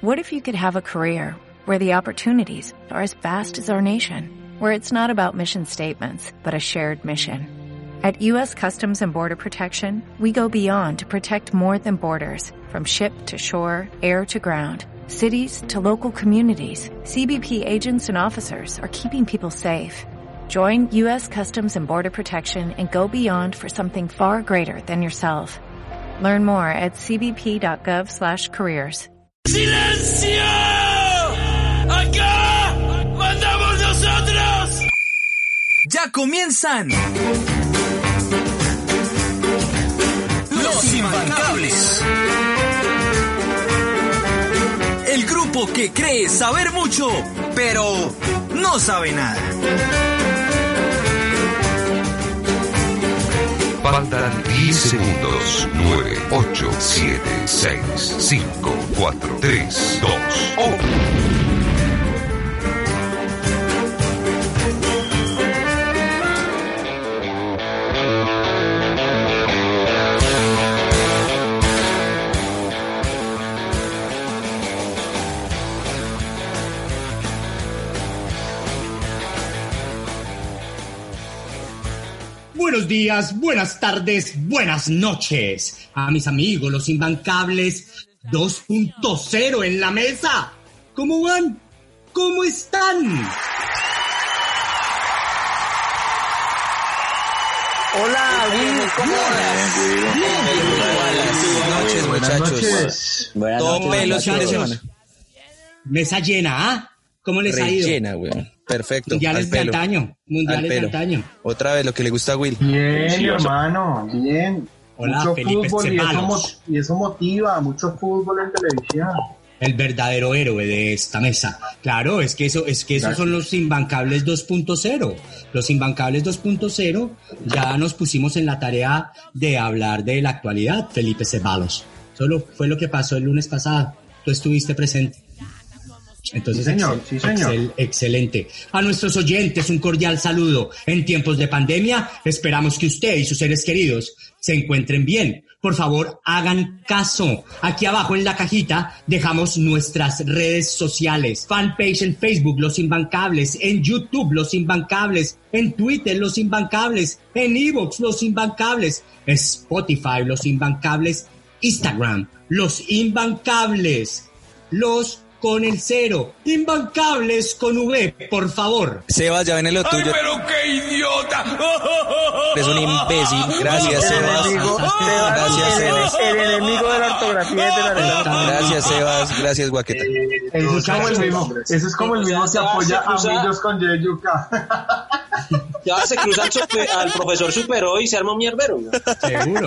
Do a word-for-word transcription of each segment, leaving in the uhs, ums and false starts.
What if you could have a career where the opportunities are as vast as our nation, where it's not about mission statements, but a shared mission? At U S Customs and Border Protection, we go beyond to protect more than borders. From ship to shore, air to ground, cities to local communities, C B P agents and officers are keeping people safe. Join U S Customs and Border Protection and go beyond for something far greater than yourself. Learn more at cbp.gov slash careers. ¡Silencio! ¡Acá mandamos nosotros! ¡Ya comienzan! Los Imbancables. El grupo que cree saber mucho, pero no sabe nada. Faltan diez segundos. nueve, ocho, siete, seis, cinco, cuatro, tres, dos, uno. Buenos días, buenas tardes, buenas noches a mis amigos, los Imbancables dos punto cero en la mesa. ¿Cómo van? ¿Cómo están? Hola, Will, ¿cómo vas? Buenas noches, muchachos. Buenas Todo noches, pelos fin de muchachos. semana. Mesa llena, ¿ah? ¿Cómo les ha ido? Rellena, weón. Perfecto. Mundiales al de pelo. antaño, mundiales Al de pelo. antaño. Otra vez lo que le gusta a Will. Bien, hermano, bien. Hola, mucho Felipe fútbol y eso, Ceballos. mo- y eso motiva, mucho fútbol en televisión. El verdadero héroe de esta mesa. Claro, es que eso, es que esos Gracias. son los Imbancables dos punto cero. Los Imbancables dos punto cero ya nos pusimos en la tarea de hablar de la actualidad, Felipe Ceballos. Solo fue lo que pasó el lunes pasado. Tú estuviste presente. Entonces, Sí, señor, excel- sí, señor. excel- excelente. A nuestros oyentes, un cordial saludo. En tiempos de pandemia, esperamos que usted y sus seres queridos se encuentren bien. Por favor, hagan caso. Aquí abajo en la cajita dejamos nuestras redes sociales. Fanpage en Facebook, Los Imbancables. En YouTube, Los Imbancables. En Twitter, Los Imbancables. En iVoox, Los Imbancables. Spotify, Los Imbancables. Instagram, Los Imbancables. Los con el cero. Imbancables con V, por favor. Sebas, ya ven lo ¡Ay, tuyo. pero qué idiota! Eres un imbécil. Gracias, El Sebas. enemigo, Gracias, el, Sebas. el enemigo de la ortografía y de la redacción. Gracias, Sebas. Gracias, Guaqueta. Eso es como el mismo, eso es como el mismo que apoya a Millos con Yeyuca. Ya se cruza al, super- al profesor Superó y se arma un mierdero. ¿No? Seguro.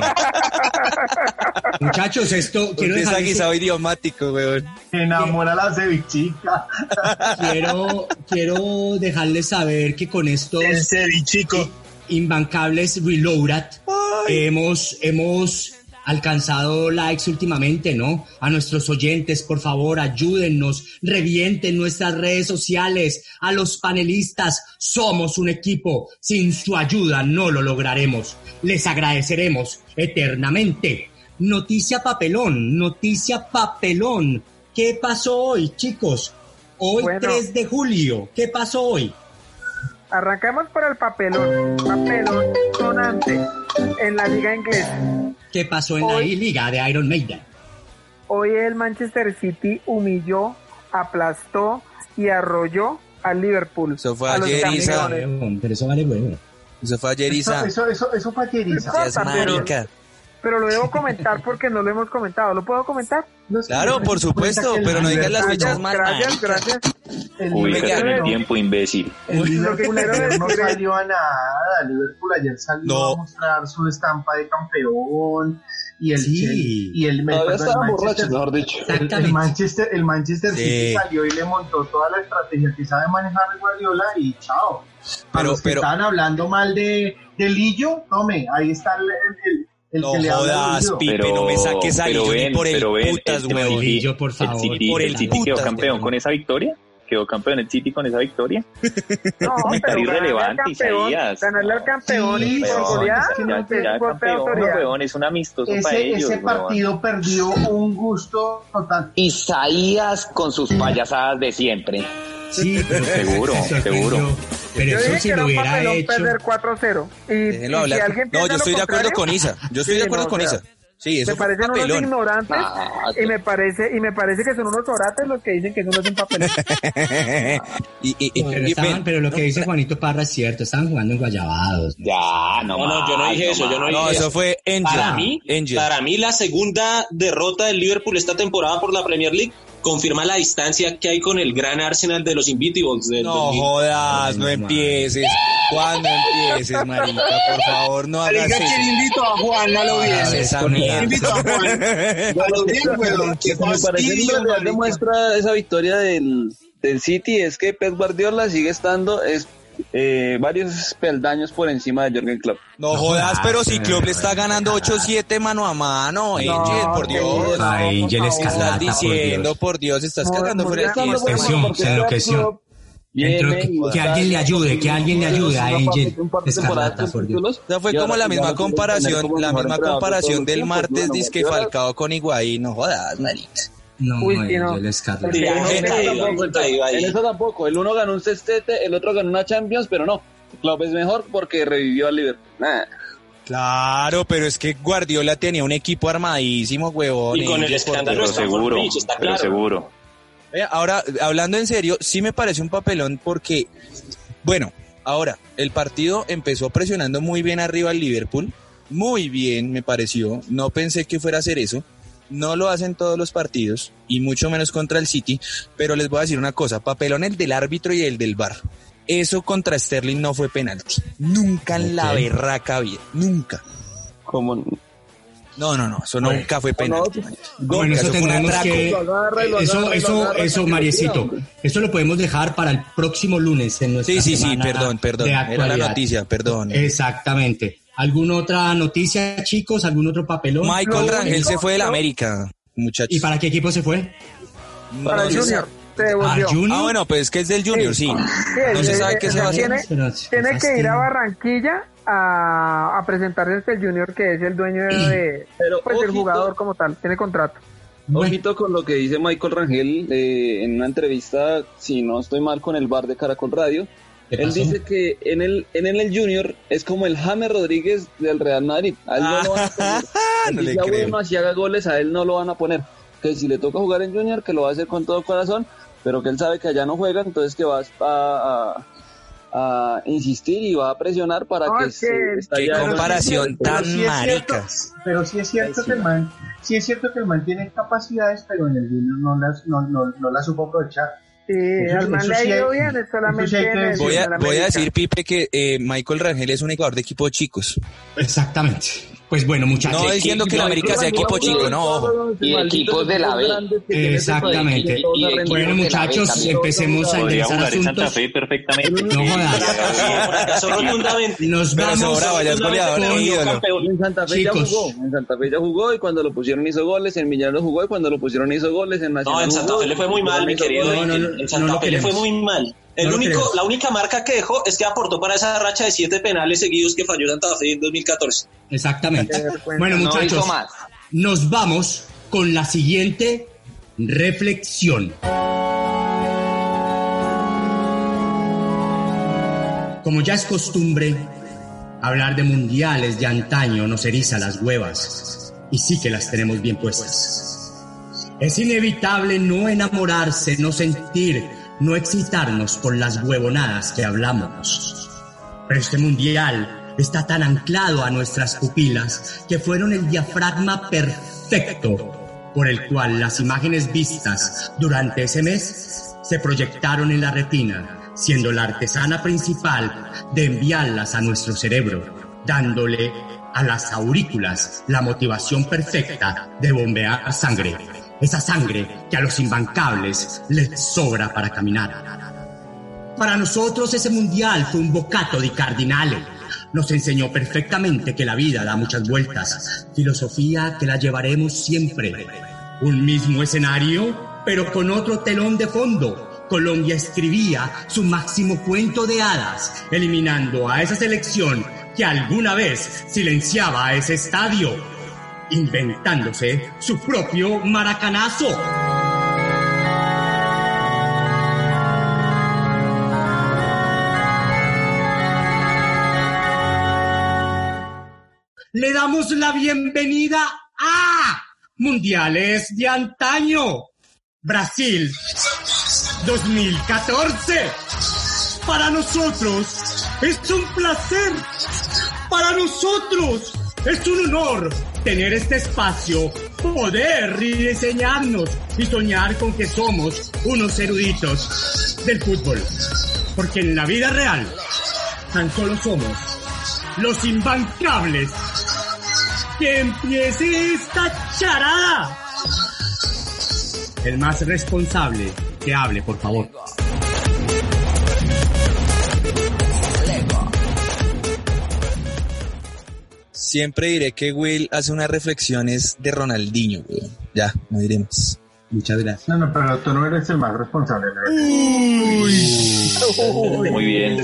Muchachos, esto quiero Es dejar aguisado idiomático, weón. Enamora a la cevichica. quiero, quiero dejarles saber que con estos cevichico. Imbancables Reloaded hemos, hemos alcanzado likes últimamente, ¿no? A nuestros oyentes, por favor, ayúdennos, revienten nuestras redes sociales, a los panelistas, somos un equipo, sin su ayuda no lo lograremos, les agradeceremos eternamente. Noticia papelón, noticia papelón, ¿qué pasó hoy, chicos? Hoy Bueno. tres de julio, ¿qué pasó hoy? Arrancamos por el papelón, papelón sonante en la liga inglesa. ¿Qué pasó en la Hoy- liga de Iron Maiden? Hoy el Manchester City humilló, aplastó y arrolló al Liverpool. Eso fue a los ayer, Isa. campeones. Pero eso vale huevo. Eso fue ayer, Eso, Isa. eso, eso, eso fue ateriza. No Seas importa, pero- marica. Pero lo debo comentar porque no lo hemos comentado. ¿Lo puedo comentar? Claro, por supuesto, pero no digas las fechas mal. Gracias, gracias. El Ubícate en el Liverpool, tiempo, imbécil. el Lo que Liverpool quiero ayer no decir es- salió a nada. El Liverpool ayer salió No. a mostrar su estampa de campeón. Y el, Sí. Chelsea- y el, Todavía perdón, estaban el borrachos, Manchester, mejor dicho. el, Exactamente. el Manchester, el Manchester Sí. City salió y le montó toda la estrategia que sabe manejar el Guardiola y chao. A Pero- los que pero- estaban hablando mal de, de Lillo, tome, ahí está el, el, el No que le habla jodas, de Lillo. Pipe, Pero- no me saques a pero Lillo ni ven, por el pero ven, putas, este weón. Lillo, por favor. El City, Por el el City quedó putas, campeón weón. con esa victoria. quedó campeón el City con esa victoria. No, pero irrelevante, campeón, Isaías. ganarle al campeón Sí, y por pero goleada, Ya, es ya un golpe de campeón, autoridad. weón, es un amistoso para Ese, ellos. ese weón. partido perdió un gusto total. Isaías con sus payasadas de siempre. Sí, pero Seguro, me sorprendió. seguro. Pero Yo eso dije si que era lo un hubiera papelón hecho. perder cuatro cero. Y, Déjenlo y hablar. si alguien No, piensa yo lo estoy de acuerdo contrario, con Isa. Yo estoy sí, de acuerdo no, con o sea, Isa. Sí, eso me fue un parecen unos papelón. ignorantes Ah, y me parece y me parece que son unos orates los que dicen que eso no es un papelón. y, y, y, Pero, y- estaban- pero lo que dice Juanito Parra es cierto, estaban jugando en Guayabados. ya, no, No, no, yo no más, dije eso, yo no dije No, eso. eso fue Angel. Para mí, Angel. para mí la segunda derrota del Liverpool esta temporada por la Premier League confirma la distancia que hay con el gran Arsenal de los Invincibles del No dos mil. jodas, no empieces. Juan, no empieces, marica, por favor, no hagas Marica, eso. ¿quién invitó a Juan? No lo Ah, hubiese. esa ¿Quién mierda. invitó a Juan? No lo hubiese, weón. Qué Me parece que fastidio, lo que marica. demuestra esa victoria del, del City es que Pep Guardiola sigue estando es, eh, varios peldaños por encima de Jürgen Klopp. No jodas, pero si Klopp le está ganando ocho siete mano a mano, Angel, por Dios. Ay, Angel ¿Qué Escarlata, estás por diciendo, Dios. por Dios? Estás Muy- cagando muy fuera de bien. ti. Se enloqueció, se enloqueció. Entró- que, que alguien le ayude, que alguien le ayude a Angel Escarlata, por Dios. O sea, fue como la misma comparación, la misma comparación del martes disque Falcao con Higuaín. No jodas, marica. No, Uy, sí, no. Angel Escarlata. Sí, En no, eso sí, tampoco, ahí, ahí. en eso tampoco. El uno ganó un sextete, el otro ganó una Champions, pero no. Klopp es mejor porque revivió al Liverpool. Nah. Claro, pero es que Guardiola tenía un equipo armadísimo, huevón. Y con el Angel, por escándalo Dios. de Stamford Seguro, Bridge, está pero claro. seguro. Eh, Ahora, hablando en serio, sí me parece un papelón porque, bueno, ahora, el partido empezó presionando muy bien arriba al Liverpool, muy bien me pareció, no pensé que fuera a hacer eso, no lo hacen todos los partidos, y mucho menos contra el City, pero les voy a decir una cosa, papelón el del árbitro y el del V A R, eso contra Sterling no fue penalti, nunca en la Ok. berraca vida, nunca. Como No, no, no, eso nunca fue penalti. Bueno, eso Eso fue un tendremos atraco. que... Lo agarra y lo Eso, agarra y lo eso, agarra eso, hasta que lo Mariecito, tira, eso lo podemos dejar para el próximo lunes en nuestra Sí, sí, sí, semana perdón, perdón, de era la actualidad. noticia, perdón. Exactamente. ¿Alguna otra noticia, chicos? ¿Algún otro papelón? Michael Lo Rangel único- se fue del lo- América, muchachos. ¿Y para qué equipo se fue? Para No el se Junior. sabe. Se ¿A devolvió. Junior? Ah, bueno, pues es que es del Junior, sí. Sí, No él- se sabe él- qué se va a hacer. tiene, Pero, tiene que ir fastidio. a Barranquilla a, a presentarse ante el Junior, que es el dueño de, Pero, pues, del ojito. jugador como tal. Tiene contrato. Ojito con lo que dice Michael Rangel eh, en una entrevista, si no estoy mal, con el bar de Caracol Radio. ¿Qué Él pasó? dice que en el, en el Junior es como el James Rodríguez del Real Madrid. A él no lo van a poner. No Si le sea creo. bueno, si haga goles, a él no lo van a poner. Que si le toca jugar en Junior, que lo va a hacer con todo corazón, pero que él sabe que allá no juega, entonces que va a, a, a insistir y va a presionar para No, que es se que- estalle Qué algo. comparación Pero tan sí es cierto- marica. Pero sí es cierto que el man, sí es cierto que el man tiene capacidades, pero en el Junior no las, no, no, no las supo aprovechar. Sí, Eso- al man eso le ha sí ido hay- bien, es eso solamente sí hay que en el decir. Voy a, Junior voy a América. decir, Pipe, que eh, Michael Rangel es un jugador de equipo chicos. Exactamente. Pues bueno, muchachos. No diciendo que el América sea equipo chico, no, ojo. Y equipos de la B. Exactamente. Y equipos Bueno, de la muchachos, B también. empecemos a Podría enderezar jugar en Santa asuntos. Fe perfectamente. No jodas. Por acaso rotundamente. Nos Pero vamos sobraba, ya es goleador, con- ídolo. En Santa Fe Chicos. ya jugó, en Santa Fe ya jugó y cuando lo pusieron hizo goles, en Millonarios jugó y cuando lo pusieron hizo goles, en Nacional No, en Santa jugó, Fe le fue muy mal, mi hizo querido. goles. No, no, no, en no Santa lo Fe le fue queremos. muy mal. El No lo único, queremos. la única marca que dejó es que aportó para esa racha de siete penales seguidos que falló Santa Fe en dos mil catorce. Exactamente. Bueno, No muchachos, hizo más. nos vamos con la siguiente reflexión. Como ya es costumbre, hablar de mundiales de antaño nos eriza las huevas, y sí que las tenemos bien puestas. Es inevitable no enamorarse, no sentir, no excitarnos por las huevonadas que hablamos. Pero este mundial está tan anclado a nuestras pupilas que fueron el diafragma perfecto por el cual las imágenes vistas durante ese mes se proyectaron en la retina, siendo la artesana principal de enviarlas a nuestro cerebro, dándole a las aurículas la motivación perfecta de bombear sangre, esa sangre que a los imbancables les sobra para caminar. Para nosotros ese mundial fue un bocato di cardinale. Nos enseñó perfectamente que la vida da muchas vueltas, filosofía que la llevaremos siempre. Un mismo escenario, pero con otro telón de fondo, Colombia escribía su máximo cuento de hadas, eliminando a esa selección que alguna vez silenciaba a ese estadio, inventándose su propio maracanazo. Le damos la bienvenida a Mundiales de Antaño, Brasil dos mil catorce. Para nosotros es un placer, para nosotros es un honor tener este espacio, poder rediseñarnos y soñar con que somos unos eruditos del fútbol. Porque en la vida real tan solo somos los imbancables. ¡Que empiece esta charada! El más responsable, que hable, por favor. Siempre diré que Will hace unas reflexiones de Ronaldinho, güey. Ya, no diremos. Muchas gracias. No, no, pero tú no eres el más responsable. Uy. Uy. Muy bien.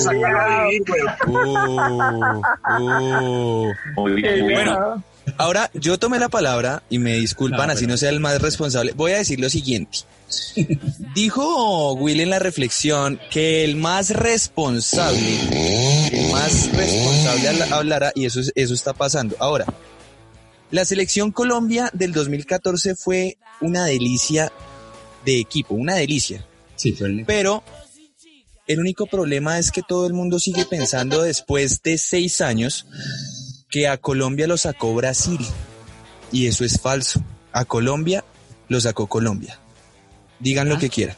Uh, uh. Muy bien. Bueno, ahora yo tomé la palabra y me disculpan, no, así no sea el más responsable. Voy a decir lo siguiente. Dijo Will en la reflexión que el más responsable, el más responsable hablará, y eso, eso está pasando. Ahora, la selección Colombia del dos mil catorce fue una delicia de equipo, una delicia. Sí, fue el... Pero el único problema es que todo el mundo sigue pensando después de seis años que a Colombia lo sacó Brasil. Y eso es falso. A Colombia lo sacó Colombia. Digan ¿Ah? lo que quieran.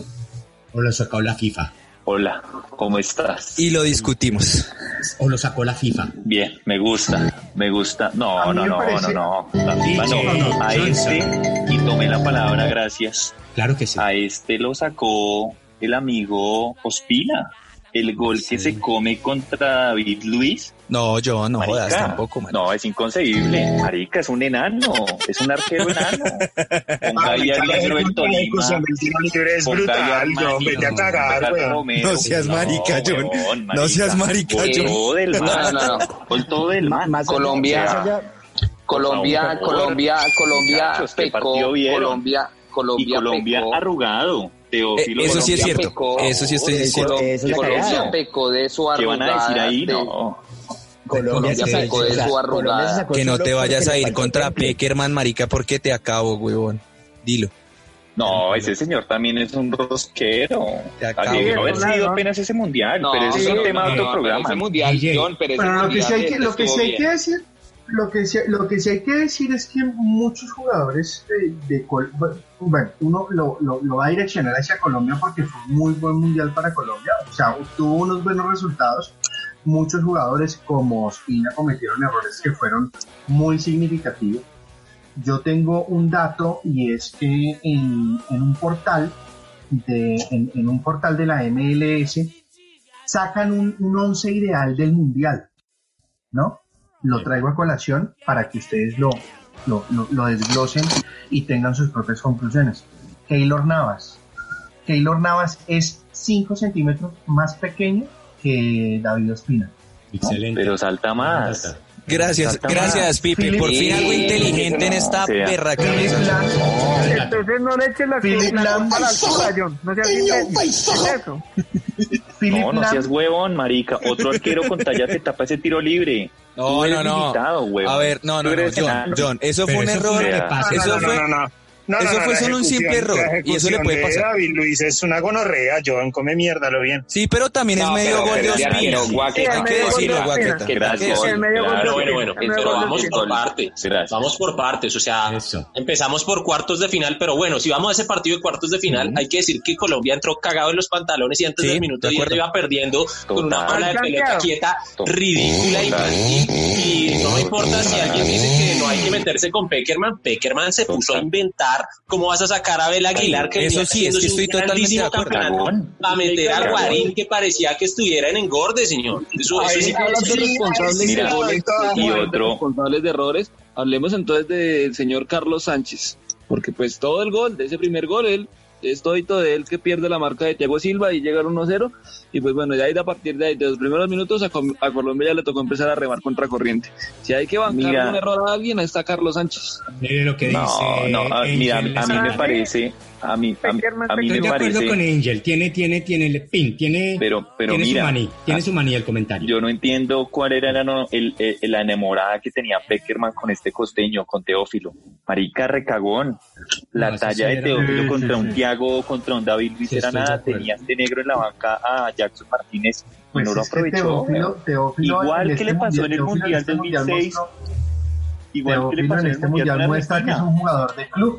O lo sacó la FIFA. Hola, ¿cómo estás? Y lo discutimos. O lo sacó la FIFA. Bien, me gusta, me gusta. No, no, no, parece... no, no, la FIFA no, no, a este, y tomé la palabra, gracias. Claro que sí. A este lo sacó el amigo Ospina. El gol sí. que se come contra David Luiz. No, yo no jodas tampoco, man. No, es inconcebible. Marica, es un enano. Es un arquero enano. Ponga ahí al negro del Tolima. Es brutal, John. Vete a cagar, güey. No seas marica, John. No seas marica, John. Todo del mar. No, no, no. Con todo del mar. Colombia, Colombia, Colombia, Colombia pecó. Colombia, Colombia, y Colombia pecó. arrugado. Teófilo, eh, eso sí es cierto. Pecó, eso sí estoy diciendo. Colombia pecó de su arrugada. ¿Qué van a decir ahí? De... No. Colombia pecó de su arrugada. Que no te vayas a ir contra Peckerman, marica, porque te acabo, huevón. Dilo. No, ese señor también es un rosquero. Había que haber sido apenas ese mundial, no, pero ese sí, es un tema no, de otro no, programa. Ese mundial, John, pero, pero ese lo que sí hay que, lo que sí hay bien. que decir, lo que sí, lo que sí hay que decir es que muchos jugadores de, de bueno, uno lo, lo, lo va a direccionar hacia Colombia porque fue un muy buen mundial para Colombia, o sea, tuvo unos buenos resultados. Muchos jugadores como Ospina cometieron errores que fueron muy significativos. Yo tengo un dato y es que en, en un portal de en, en un portal de la M L S sacan un, un once ideal del mundial, ¿no? Lo traigo a colación para que ustedes lo, lo, lo, lo desglosen y tengan sus propias conclusiones. Keylor Navas. Keylor Navas es cinco centímetros más pequeño que David Ospina. Excelente. Pero salta más. Gracias, salta gracias, más. Pipe. Philip, por fin algo inteligente en esta perra cabeza. Entonces no le eches la culpa para el John. No seas eso. No, no seas huevón, marica. Otro arquero con talla te tapa ese tiro libre. No, no, no. A ver, no, no, no, John, John, eso fue un error. Eso fue... No, eso no, no, fue solo un simple error y eso le puede pasar. David Luis es una gonorrea, John, come mierda, lo bien. Sí, pero también es no, medio pero, gol de Ospina. Hay que decirlo, Guaqueta. Gracias. Claro, bueno, bueno, pero vamos por partes. Vamos por partes, o sea, eso. Empezamos por cuartos de final, pero bueno, si vamos a ese partido de cuartos de final, uh-huh. hay que decir que Colombia entró cagado en los pantalones y antes sí, del minuto diez iba perdiendo Total. con una bola de pelota quieta Total. ridícula Total. Y, y no me importa si alguien dice que no hay que meterse con Peckerman. Peckerman se puso a inventar cómo vas a sacar a Abel Aguilar, que eso sí, es que estoy totalmente de acuerdo. A meter a Guarín, que parecía que estuviera en engorde, señor. Eso, eso sí que es responsable. Mira, y otro responsables de errores. Hablemos entonces del señor Carlos Sánchez, porque pues todo el gol, de ese primer gol, él es todito de él que pierde la marca de Thiago Silva y llega al uno cero, y pues bueno, ya ahí a partir de ahí, de los primeros minutos a, a Colombia ya le tocó empezar a remar contra corriente. Si hay que bancar mira, un error a alguien, ahí está Carlos Sánchez. Mire lo que no, dice no, a, mira, a mí me parece, a mí, a mí, a mí Estoy me de acuerdo parece, con Angel, tiene, tiene, tiene el pin, tiene, pero, pero tiene mira, su maní, tiene su maní el comentario. Yo no entiendo cuál era la, no, el, el, la enamorada que tenía Peckerman con este costeño, con Teófilo. Marica, recagón. La no, talla de Teófilo sí, contra sí, un sí. Thiago, contra un David Luiz sí, era nada. Tenía este negro en la banca a Jackson Martínez. Pues no lo aprovechó. Teófilo, Teófilo igual que este le pasó mundial, en el Mundial del dos mil seis. Mostró, igual Teófilo que le pasó en en este el Mundial, mundial muestra que es un jugador de club.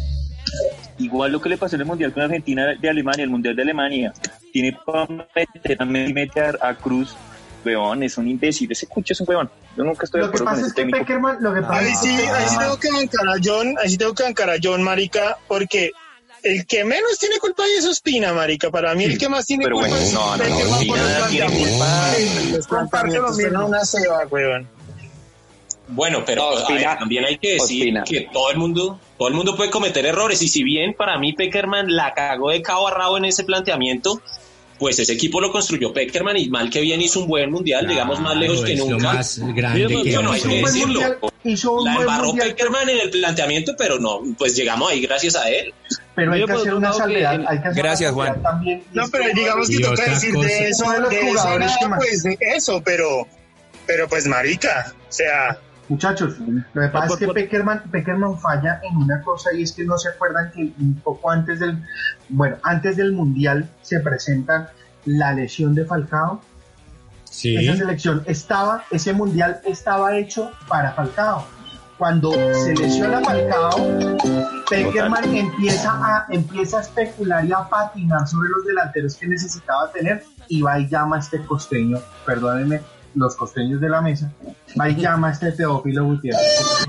Igual lo que le pasó en el Mundial con Argentina de Alemania, el Mundial de Alemania. Tiene para meter, también meter a Cruz. Weón, es un imbécil, ese cucho es un weón. Yo nunca estoy de acuerdo con ese técnico. Peckerman, lo que pasa ahí es sí, que ahí sí tengo que bancar a John, ahí sí tengo que bancar a John, marica, porque el que menos tiene culpa ahí es Ospina, marica. Para mí el que más tiene pero culpa bueno, es no, no, no, Ospina tiene culpa. Los planteamientos fueron una ceba, weón. Bueno, pero no, Ospina, a ver, también hay que decir Ospina. que todo el mundo, todo el mundo puede cometer errores, y si bien para mí Peckerman la cagó de cabo a rabo en ese planteamiento, pues ese equipo lo construyó Peckerman y mal que bien hizo un buen mundial, claro, digamos más lejos que nunca. Más grande pero, que bueno, hay que decirlo. Hizo la un embarró mundial. Peckerman en el planteamiento, pero no, pues llegamos ahí gracias a él. Pero hay que hacer una salvedad. Hay que hacer Gracias, una Juan. También, no, pero digamos que toca decir cosa. de eso, de los de jugadores eso, que más. pues de eso, pero, pero pues marica, o sea. Muchachos, lo que pasa es que Peckerman, Peckerman falla en una cosa, y es que no se acuerdan que un poco antes del, bueno, antes del Mundial se presenta la lesión de Falcao. Sí. Esa selección estaba, ese Mundial estaba hecho para Falcao. Cuando se lesiona Falcao, Peckerman empieza a, empieza a especular y a patinar sobre los delanteros que necesitaba tener, y va y llama a este costeño, perdónenme, los costeños de la mesa, va y llama a este Teófilo Gutiérrez.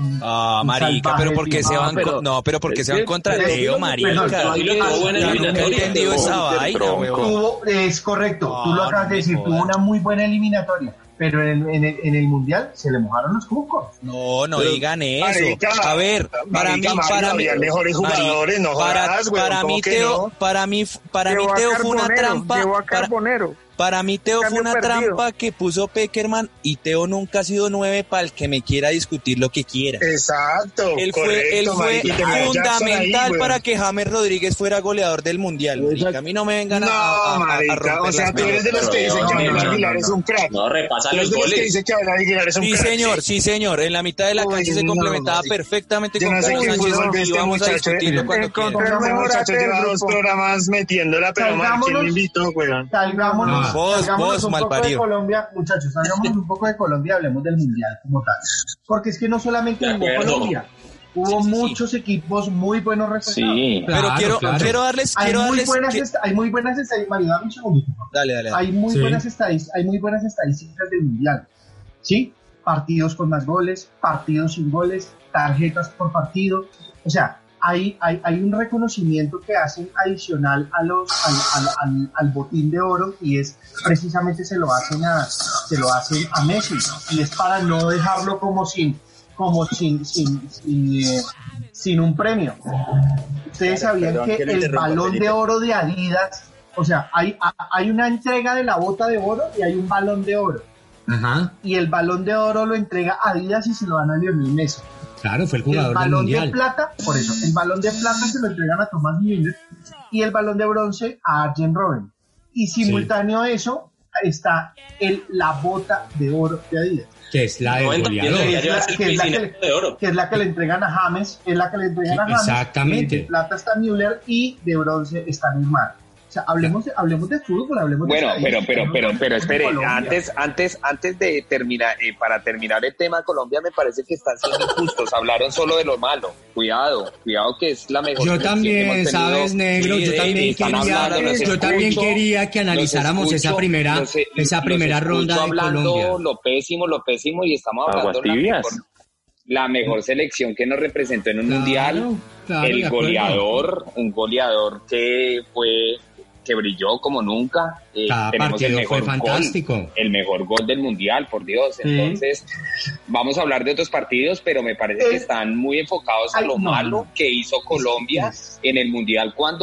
Ah, marica, pero porque se van, pero, no, pero porque se van contra Leo, marica. Tuvo buena eliminatoria. entendido esa vaina, huevón. Es correcto, Ah, tú lo acabas no de decir, me tuvo jodas. una muy buena eliminatoria, pero en, en, el, en el Mundial se le mojaron los cucos. No, no Pero, digan eso. marica, A ver, para marica, mí, marica, para mí, había mejores jugadores, no para, jodas, güey, para ¿cómo mí que Teo, no? para mí, para mí Llevó a Teo fue una Carbonero, trampa. llevó a Para, Carbonero. para mí Teo fue Cambio una perdido. trampa que puso Peckerman, y Teo nunca ha sido nueve para el que me quiera discutir lo que quiera. Exacto, Él correcto, fue, él fue marica, y tenía a Jackson fundamental ahí, güey. para que James Rodríguez fuera goleador del Mundial, marica. A mí no me vengan a, No, a, a, a marica, romper o sea, las tú eres de los que dicen que Abel Aguilar es un crack. No, repasa Tú eres los de los que goles. dicen que Abel Aguilar es un Sí, crack. señor, sí, señor. En la mitad de la Uy, cancha se no, complementaba marica. perfectamente Yo con no sé Carlos qué Sánchez, fútbol ve y este vamos a muchacho. discutirlo cuando Encontré quiera. el Este mejor muchacho ate del lleva dos grupo. programas metiéndola, pero man, ¿quién lo invitó, weón? Salgámonos, Ah, vos, salgámonos vos, un poco de malparido. Colombia, muchachos, salgámonos un poco de Colombia y hablemos del Mundial como tal. Porque es que no solamente De hubo acuerdo. Colombia, hubo Sí, sí, muchos equipos muy buenos resultados. Sí. Pero Claro, quiero, claro. quiero darles, Hay quiero muy, darles. buenas que- esta- hay muy buenas estadísticas, Mario, dame un segundito, por favor. Dale, dale, dale. Hay muy Sí. buenas estadísticas, hay muy buenas estadísticas del Mundial. ¿Sí? Partidos con más goles, partidos sin goles, tarjetas por partido. O sea, hay, hay, hay un reconocimiento que hacen adicional a los, al, al, al, al botín de oro, y es precisamente se lo hacen a, se lo hacen a Messi, y es para no dejarlo como sin, como sin, sin, sin, eh, sin un premio. Ustedes sabían perdón, que que le el interrumpa, balón Felipe. de oro de Adidas, o sea, hay, hay una entrega de la bota de oro y hay un balón de oro. Ajá, Y el balón de oro lo entrega Adidas y se lo dan a Lionel Messi. claro, fue el El jugador del balón de Mundial. plata, por eso, el balón de plata se lo entregan a Thomas Müller y el balón de bronce a Arjen Robben. Y simultáneo a eso está el, la bota de oro de Adidas. Que es la del noventa goleador. debería Que es la- llevarse el que es la que piscinero le- de oro. Que es la que le entregan a James, es la que le entregan Sí, a James. exactamente. Y de plata está Müller y de bronce está Neymar. O sea, hablemos de, hablemos de fútbol, hablemos Bueno, de pero, estadística, pero, ¿no? pero, pero, De espere, Colombia. antes, antes, antes de terminar, eh, para terminar el tema de Colombia, me parece que están siendo injustos. Hablaron solo de lo malo. Cuidado, cuidado que es la mejor. Yo selección que también, hemos tenido. sabes, negro, Sí, yo de- también están quería, hablando, los yo también escucho, quería que los analizáramos esa escucho, primera, los- esa los primera escucho ronda de hablando Colombia. lo pésimo, lo pésimo, y estamos hablando Aguas de la tibias. mejor, la mejor selección que nos representó en un Claro, mundial. claro, de El acuerdo. goleador, un goleador que fue que brilló como nunca. Eh, Cada tenemos el partido mejor fue fantástico. gol, el mejor gol del mundial, por Dios. Sí. Entonces, vamos a hablar de otros partidos, pero me parece Eh, que están muy enfocados a ay, lo no, malo no. que hizo Colombia Es- en el mundial cuando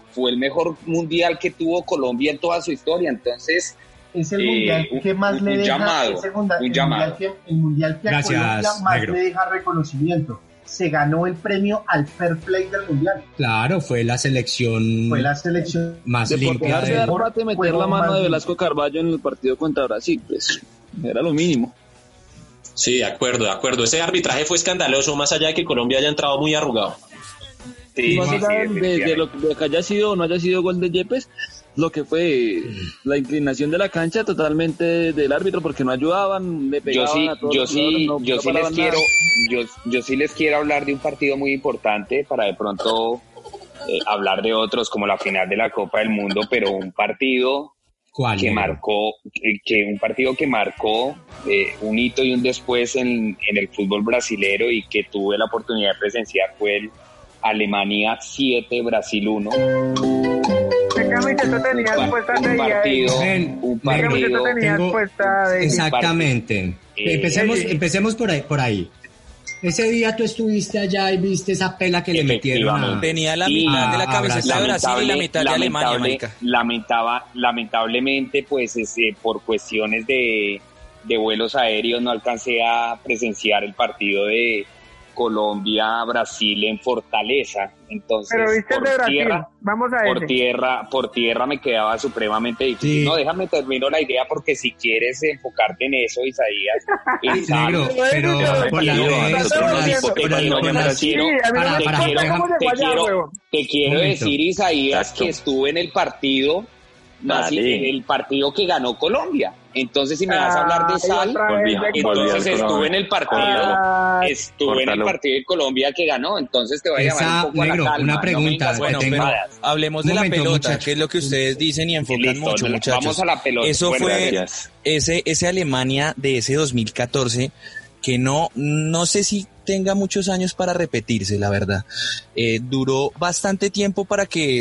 fue el mejor mundial que tuvo Colombia en toda su historia, entonces es el mundial eh, que más un, le un deja llamado, el, segunda, un el llamado. mundial que, el mundial que Gracias, a Colombia más negro. le deja reconocimiento. Se ganó el premio al fair play del mundial. Claro, fue la selección fue la selección más de limpia. De dar bate, meter la mano de Velasco Carballo en el partido contra Brasil, pues era lo mínimo. Sí, de acuerdo, de acuerdo. Ese arbitraje fue escandaloso, más allá de que Colombia haya entrado muy arrugado. Sí, más allá sí, de, de lo de que haya sido o no haya sido gol de Yepes, lo que fue la inclinación de la cancha totalmente del árbitro, porque no ayudaban, le pegaban yo sí, a todos yo los sí, jugadores, no, yo no sí les nada. quiero, yo, yo sí les quiero hablar de un partido muy importante para de pronto eh, hablar de otros como la final de la Copa del Mundo, pero un partido ¿Cuál, que negro? marcó, que, que un partido que marcó eh, un hito y un después en, en el fútbol brasilero y que tuve la oportunidad de presenciar fue el Alemania siete, Brasil uno. ¿Qué camiseta tenías puesta de un partido, Ven, un negro, ¿Qué camiseta partido, tenías tengo- puesta de Exactamente. Eh, empecemos, sí. empecemos por ahí, por ahí. Ese día tú estuviste allá y viste esa pela que le metieron a... Efectivamente. Tenía la Y- mitad de la Ah, camiseta de Brasil y la mitad de Alemania, lamentable- marica. lamentaba, lamentablemente, pues es, eh, por cuestiones de, de vuelos aéreos no alcancé a presenciar el partido de Colombia-Brasil en Fortaleza. Entonces, Pero viste el por de Brasil, tierra, vamos a por ese. tierra, por tierra me quedaba supremamente difícil. Sí. No, déjame termino la idea porque si quieres enfocarte en eso, Isaías, el Negro, saldo- pero Déjame por la termino, vez, nosotros por nos la- hipotecan, por la- no, por yo la- me quiero- Sí, a mí no Para, me para, importa deja- cómo llegó te allá, quiero, huevón. te quiero Momento. decir, Isaías, Exacto. que estuve en el partido, más Dale. en el partido que ganó Colombia. Entonces, si me vas a hablar de Ay, sal, otra vez volví- de volví entonces al estuve Colombia. en el partido, Ay, estuve en el Córtalo. partido de Colombia que ganó. Entonces te voy a Esa, llamar un poco negro, a la calma. una no me pregunta, vengas con Bueno, tengo- pero pendejadas. hablemos Un de la momento, pelota, muchacho. que es lo que ustedes dicen y enfocan Listo, mucho, vamos muchachos. a la pelota. Eso Bueno, fue gracias. ese, ese Alemania de ese dos mil catorce que no, no sé si tenga muchos años para repetirse, la verdad. Eh, duró bastante tiempo para que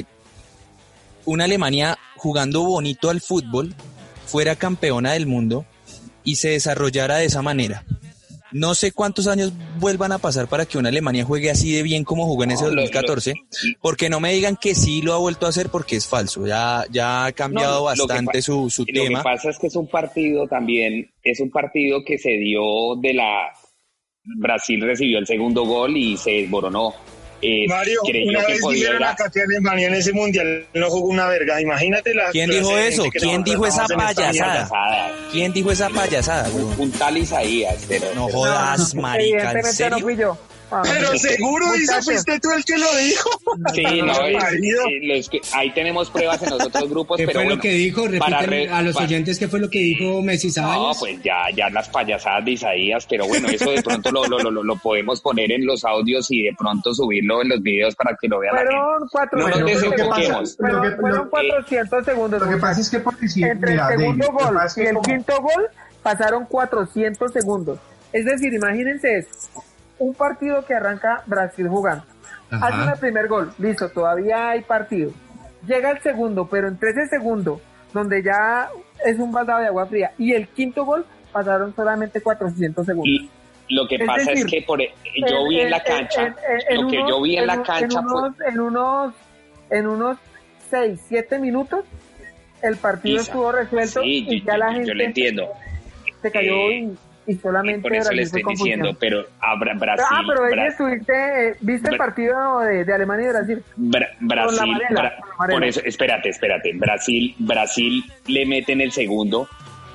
una Alemania jugando bonito al fútbol fuera campeona del mundo y se desarrollara de esa manera. No sé cuántos años vuelvan a pasar para que una Alemania juegue así de bien como jugó en ese No, lo- dos mil catorce, porque no me digan que sí lo ha vuelto a hacer porque es falso, ya, ya ha cambiado No, lo que bastante pa- su, su Lo tema. que pasa es que es un partido también, es un partido que se dio de la... Brasil recibió el segundo gol y se desboronó. Eh, Mario, creyó una que vez podía dijeron ir a- acá que Alemania en ese mundial no jugó una verga. Imagínate la ¿Quién clase dijo de eso? gente que ¿Quién nos dijo esa tratamos en esta mierda. payasada? ¿Quién dijo esa payasada, güey? un tal Isaías, pero... No pero- jodas, marica, ¿en Evidentemente no serio? fui yo. Ah, Pero seguro, Isa, muchachos. fuiste tú el que lo dijo. Sí, no, es- Marido. eh, los que- ahí tenemos pruebas en los otros grupos, ¿Qué pero fue bueno, lo que dijo? para Repiten re- a los pa- oyentes qué fue lo que dijo Messi No, Ceballos. pues ya, ya las payasadas de Isaías, pero bueno, eso de pronto lo, lo, lo, lo podemos poner en los audios y de pronto subirlo en los videos para que lo vean la gente. Fueron cuatro No nos segundos. desenfoquemos. Fueron, Lo que- fueron lo- cuatrocientos segundos. Lo que pasa es que porque si Entre mira, el segundo David, lo que gol pasa es y que el como- quinto gol pasaron cuatrocientos segundos. Es decir, imagínense esto. Un partido que arranca Brasil jugando. Ajá. Hacen el primer gol. Listo, todavía hay partido. Llega el segundo, pero entre ese segundo, donde ya es un baldado de agua fría, y el quinto gol, pasaron solamente cuatrocientos segundos. Y lo que Es pasa decir, es que por, yo vi en la cancha, en lo que unos- yo vi en la un- cancha en fue... unos, en unos en unos seis, siete minutos el partido Isa, estuvo resuelto sí, y yo- ya la yo- yo gente lo entiendo. se cayó Eh, y, y solamente Por eso Brasil le fue estoy confusión. diciendo, pero a Bra- Brasil... Ah, pero ahí Bra- estuviste, eh, viste el Bra- partido de, de Alemania y Brasil. Bra- Brasil, Con la Varela, Bra- con la Varela. por eso, espérate, espérate, Brasil, Brasil le mete en el segundo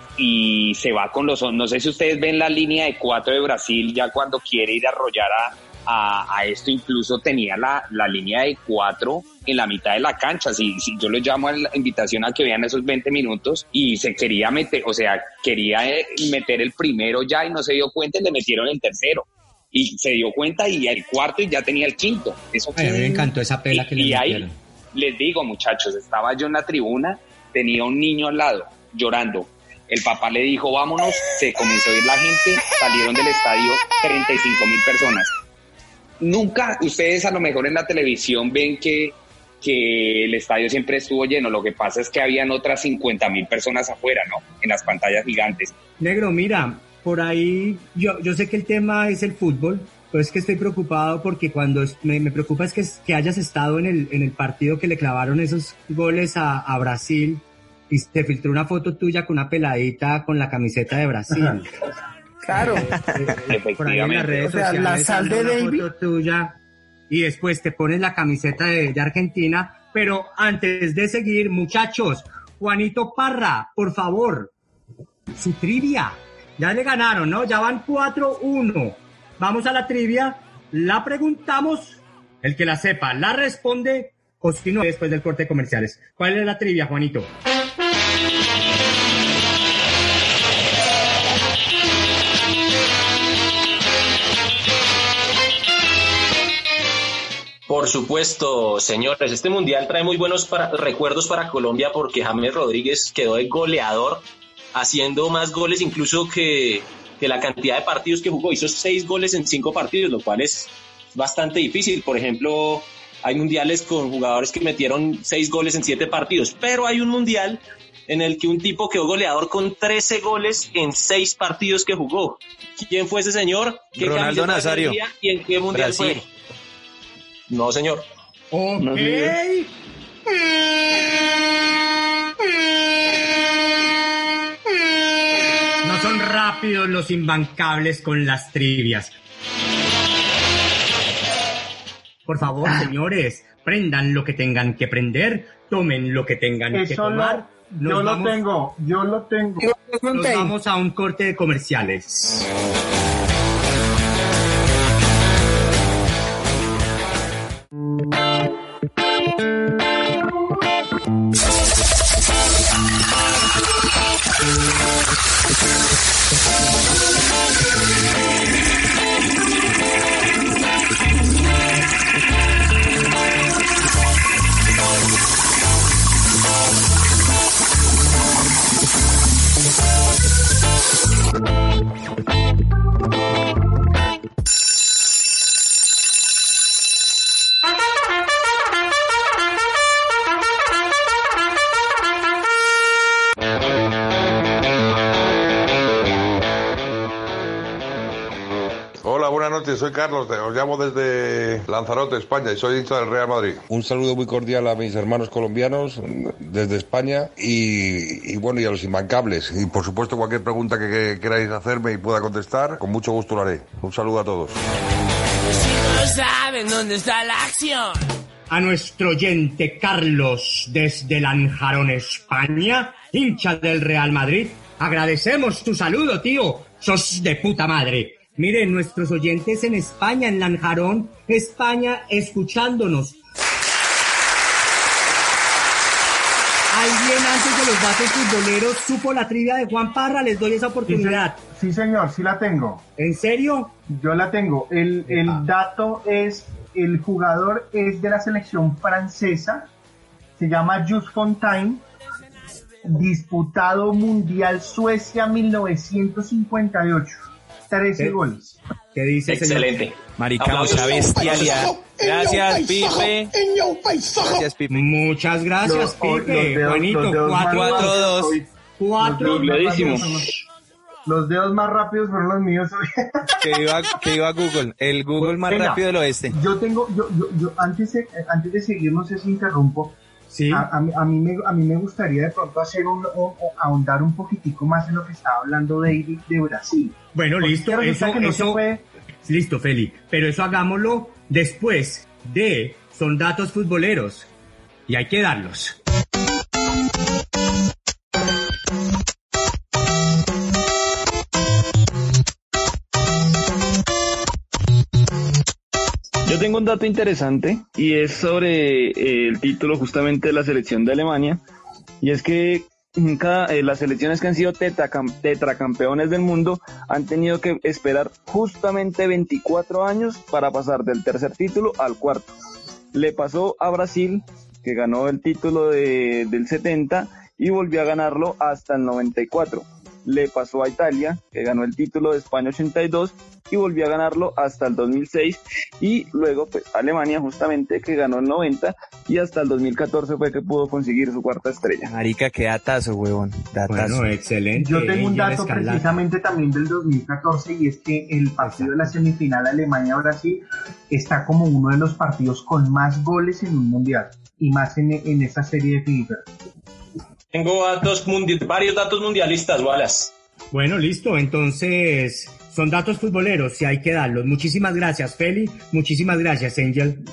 y se va con los, no sé si ustedes ven la línea de cuatro de Brasil, ya cuando quiere ir a arrollar a, a, a esto, incluso tenía la, la línea de cuatro en la mitad de la cancha, si, si yo les llamo a la invitación a que vean esos veinte minutos y se quería meter, o sea, quería eh, meter el primero ya y no se dio cuenta y le metieron el tercero. Y se dio cuenta y el cuarto y ya tenía el quinto. Eso Ay, a mí me fue- encantó esa pela y, que le y ahí, metieron. les digo, muchachos, estaba yo en la tribuna, tenía un niño al lado, llorando. El papá le dijo, vámonos, se comenzó a ir la gente, salieron del estadio treinta y cinco mil personas. Nunca, ustedes a lo mejor en la televisión ven que, que el estadio siempre estuvo lleno, lo que pasa es que habían otras cincuenta mil personas afuera, ¿no? En las pantallas gigantes. Negro, mira, por ahí yo, yo sé que el tema es el fútbol, Pues es que estoy preocupado porque cuando me, me preocupa es que, que hayas estado en el, en el partido que le clavaron esos goles a, a Brasil y te filtró una foto tuya con una peladita con la camiseta de Brasil. Claro. Eh, por ahí en las redes o sea, sociales la sal de una David. foto tuya y después te pones la camiseta de, de Argentina. Pero antes de seguir, muchachos, Juanito Parra, por favor, su trivia. Ya le ganaron, ¿no? Ya van cuatro uno. Vamos a la trivia, la preguntamos, el que la sepa la responde, o si no, después del corte de comerciales. ¿Cuál es la trivia, Juanito? Por supuesto, señores, este mundial trae muy buenos para, recuerdos para Colombia porque James Rodríguez quedó de goleador, haciendo más goles incluso que... que la cantidad de partidos que jugó. Hizo seis goles en cinco partidos, lo cual es bastante difícil. Por ejemplo, hay mundiales con jugadores que metieron seis goles en siete partidos, pero hay un mundial en el que un tipo quedó goleador con trece goles en seis partidos que jugó. ¿Quién fue ese señor? ¿Qué Ronaldo Nazario. ¿Y en qué mundial Brasil. fue? No, señor. Ok. No, No son rápidos los imbancables con las trivias. Por favor, señores, prendan lo que tengan que prender, tomen lo que tengan que Eso tomar. lo, yo vamos, lo tengo, yo lo tengo. Nos vamos a un corte de comerciales. Hola, buenas noches, soy Carlos, os llamo desde Lanzarote, España, y soy hincha del Real Madrid. Un saludo muy cordial a mis hermanos colombianos desde España y, y bueno, y a los imbancables. Y por supuesto, cualquier pregunta que, que queráis hacerme y pueda contestar, con mucho gusto lo haré. Un saludo a todos. Si no saben dónde está la acción. A nuestro oyente Carlos desde Lanjarón, España, hincha del Real Madrid, agradecemos tu saludo, tío. Sos de puta madre. Miren, nuestros oyentes en España, en Lanjarón, España, escuchándonos. ¿Alguien antes de los datos futboleros supo la trivia de Juan Parra? Les doy esa oportunidad. Sí, sí, señor, sí la tengo. ¿En serio? Yo la tengo. El, el ah. dato es, el jugador es de la selección francesa, se llama Just Fontaine, disputado Mundial Suecia mil novecientos cincuenta y ocho. trece ¿Qué? goles. ¿Qué dice? Excelente. Señor? Marica, mucha bestialidad. Gracias, Pipe. Gracias, Pipe. Muchas gracias, Los- Pipe. los dedos- Juanito, los dedos más cuatro rápidos dos. hoy. Cuatro Los dedos más Dobladísimo. rápidos son los- Los dedos más rápidos fueron los míos hoy. Que iba, que iba Google, el Google más Venga, rápido del oeste. Yo tengo, yo, yo, yo antes, de, antes de seguir, no sé si interrumpo. Sí. A, a, mí, a, mí me, a mí me gustaría de pronto hacer un, o, o ahondar un poquitico más en lo que estaba hablando David de Brasil. Bueno, Porque listo, resulta eso, que no eso, se puede- listo, Feli, pero eso hagámoslo después de Son Datos Futboleros. Y hay que darlos. Yo tengo un dato interesante y es sobre eh, el título justamente de la selección de Alemania, y es que cada, eh, las selecciones que han sido tetracam- tetracampeones del mundo han tenido que esperar justamente veinticuatro años para pasar del tercer título al cuarto. Le pasó a Brasil, que ganó el título de, del setenta y volvió a ganarlo hasta el noventa y cuatro. le pasó a Italia, que ganó el título de España ochenta y dos y volvió a ganarlo hasta el dos mil seis, y luego pues Alemania justamente, que ganó el noventa, y hasta el dos mil catorce fue que pudo conseguir su cuarta estrella. Marica, qué datazo, huevón. Datazo. Bueno, excelente. Yo tengo un dato Escalante. precisamente también del dos mil catorce, y es que el partido de la semifinal Alemania-Brasil está como uno de los partidos con más goles en un mundial, y más en, en esta serie de FIFA. Tengo datos mundi- varios datos mundialistas, Wallace. Bueno, listo. Entonces, son datos futboleros y hay que darlos. Muchísimas gracias, Feli. Muchísimas gracias, Angel.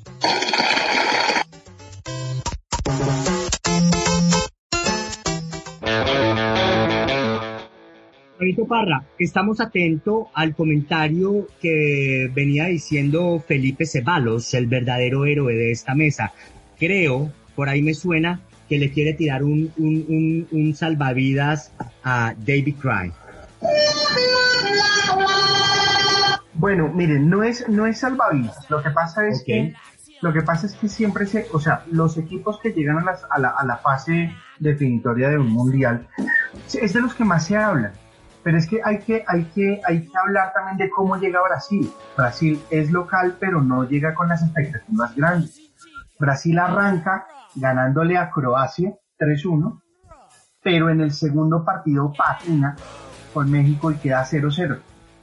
Benito Parra, estamos atentos al comentario que venía diciendo Felipe Ceballos, el verdadero héroe de esta mesa. Creo, por ahí me suena, que le quiere tirar un, un, un, un salvavidas a David Cry. Bueno, miren, no es, no es salvavidas. Lo que pasa es Okay. que lo que pasa es que siempre se, o sea, los equipos que llegan a, las, a, la, a la fase definitoria de un mundial es de los que más se hablan. Pero es que hay que, hay que, hay que hablar también de cómo llega Brasil. Brasil es local, pero no llega con las expectativas grandes. Brasil arranca ganándole a Croacia tres uno, pero en el segundo partido patina con México y queda cero cero.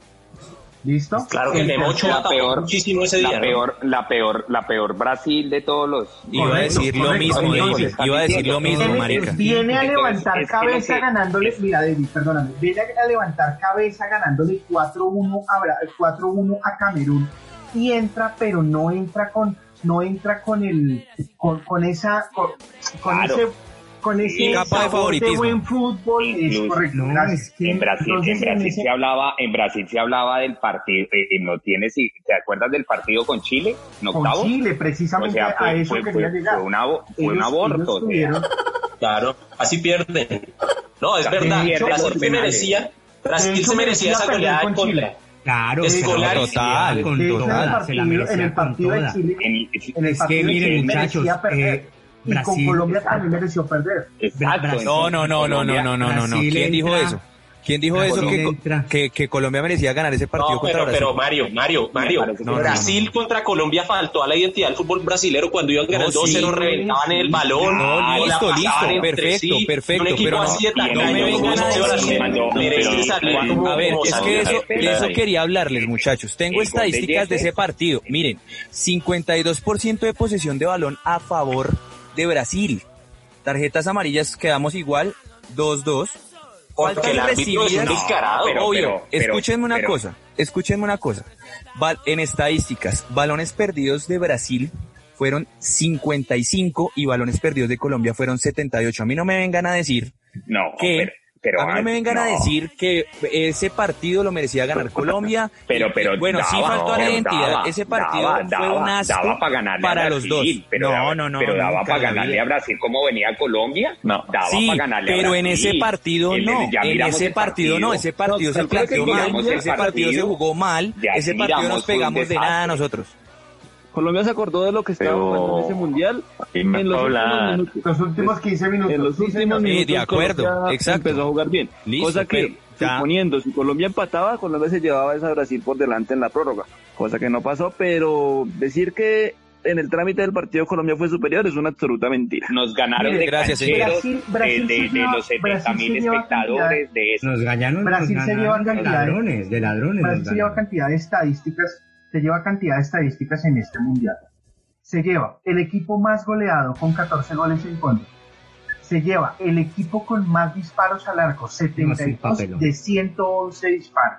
¿Listo? Claro que el Memo Ochoa tapó muchísimo ese día, la ¿no? peor, la peor, la peor Brasil de todos los. Iba a decir lo mismo, David. Iba a decir lo mismo, Viene, marica. viene a levantar Es que cabeza lo que- ganándole, mira David, perdóname, viene a levantar cabeza ganándole cuatro uno a, Bra- cuatro uno a Camerún, y entra, pero no entra con, no entra con el, con, con esa, con, con Claro. ese, con ese Capa de sabor de favoritismo. buen fútbol. Es Incluso- correcto. No, gracias. es que En Brasil, Entonces, en Brasil en ese- se hablaba, en Brasil se hablaba del partido, eh, eh, no tienes, si te acuerdas del partido con Chile, en con octavo. Chile, O precisamente sea, a fue, eso fue, quería fue, llegar. fue un abo- fue un Ellos- aborto. ellos o sea. tuvieron- Claro, así pierden. No, es Casi verdad. pierde Brasil por se penales. merecía, Brasil De hecho, se merecía esa perder goleada con en contra. Chile. Claro, Es se la golear, merecía total, con De hecho, en el toda, se la partido, en merecía el con partido de toda. Chile, En- en el Es que partido de miren, Chile muchachos, merecía perder, eh, y con Brasil- Colombia también mereció perder. Exacto. Brasil- No, no, no, no, no, no, no, no, no. Brasil ¿Quién dijo entra- eso? ¿Quién dijo Brasil eso? Que, entra. que, que Colombia merecía ganar ese partido No, contra pero, Brasil. pero Mario, Mario, Mario, parece que no, Brasil contra Colombia faltó a la identidad del fútbol brasilero cuando iban ganando No, dos cero, sí. reventaban el balón. No, o la listo, pasaban listo, entre perfecto, sí. perfecto, Un equipo pero no- así de no me tacaño vengan como a este decir- Brasil Cuando- merece pero- salir cuando- como, A ver, como es que salió. eso, Espera, eso ahí. quería hablarles, muchachos. Tengo El gol de estadísticas de Yepes. ese partido. Miren, cincuenta y dos por ciento de posesión de balón a favor de Brasil. Tarjetas amarillas quedamos igual, dos dos. Porque el Faltas árbitro es un recibidas. descarado. pero- Obvio, pero- pero- escúchenme una pero- cosa, escúchenme una cosa. Val- en estadísticas, balones perdidos de Brasil fueron cincuenta y cinco y balones perdidos de Colombia fueron setenta y ocho. A mí no me vengan a decir No, que pero, pero, a mí no me vengan a no. decir que ese partido lo merecía ganar Colombia. Pero, Y- pero bueno, sí daba, faltó a la pero identidad. daba, ese partido daba, fue daba, un asco daba para ganarle para a los Brasil, dos. Pero no, daba, no, no. Pero daba nunca para en la ganarle vida. a Brasil como venía Colombia. No, daba Sí, para ganarle a pero en Brasil. ese partido El- no, ya en miramos ese el partido no, ese partido No, se calcula que planteó mal, miramos el ese partido se partido, jugó mal, ya ese sí partido miramos, nos fue un pegamos de nada desastre. nosotros. Colombia se acordó de lo que estaba Pero- jugando en ese mundial Y me en los puedo últimos hablar. minutos. Los últimos quince minutos. En los Sí, últimos señor. Sí, minutos de acuerdo, Colombia exacto. empezó a jugar bien. Listo, cosa que, pero ya- suponiendo, si Colombia empataba, Colombia se llevaba esa Brasil por delante en la prórroga. Cosa que no pasó, pero decir que en el trámite del partido Colombia fue superior es una absoluta mentira. Nos ganaron Mire, de gracias, señor. cancheros, Brasil- Brasil de, de, se de lleva- los setenta Brasil mil se lleva espectadores, de eso. Nos ganaron, Brasil nos se lleva ganaron de cantidad de- ladrones, de ladrones. Brasil nos se lleva ganaron. cantidad de estadísticas, se lleva cantidad de estadísticas en este mundial. Se lleva el equipo más goleado con catorce goles en contra. Se lleva el equipo con más disparos al arco, setenta y dos papelón. de ciento once disparos.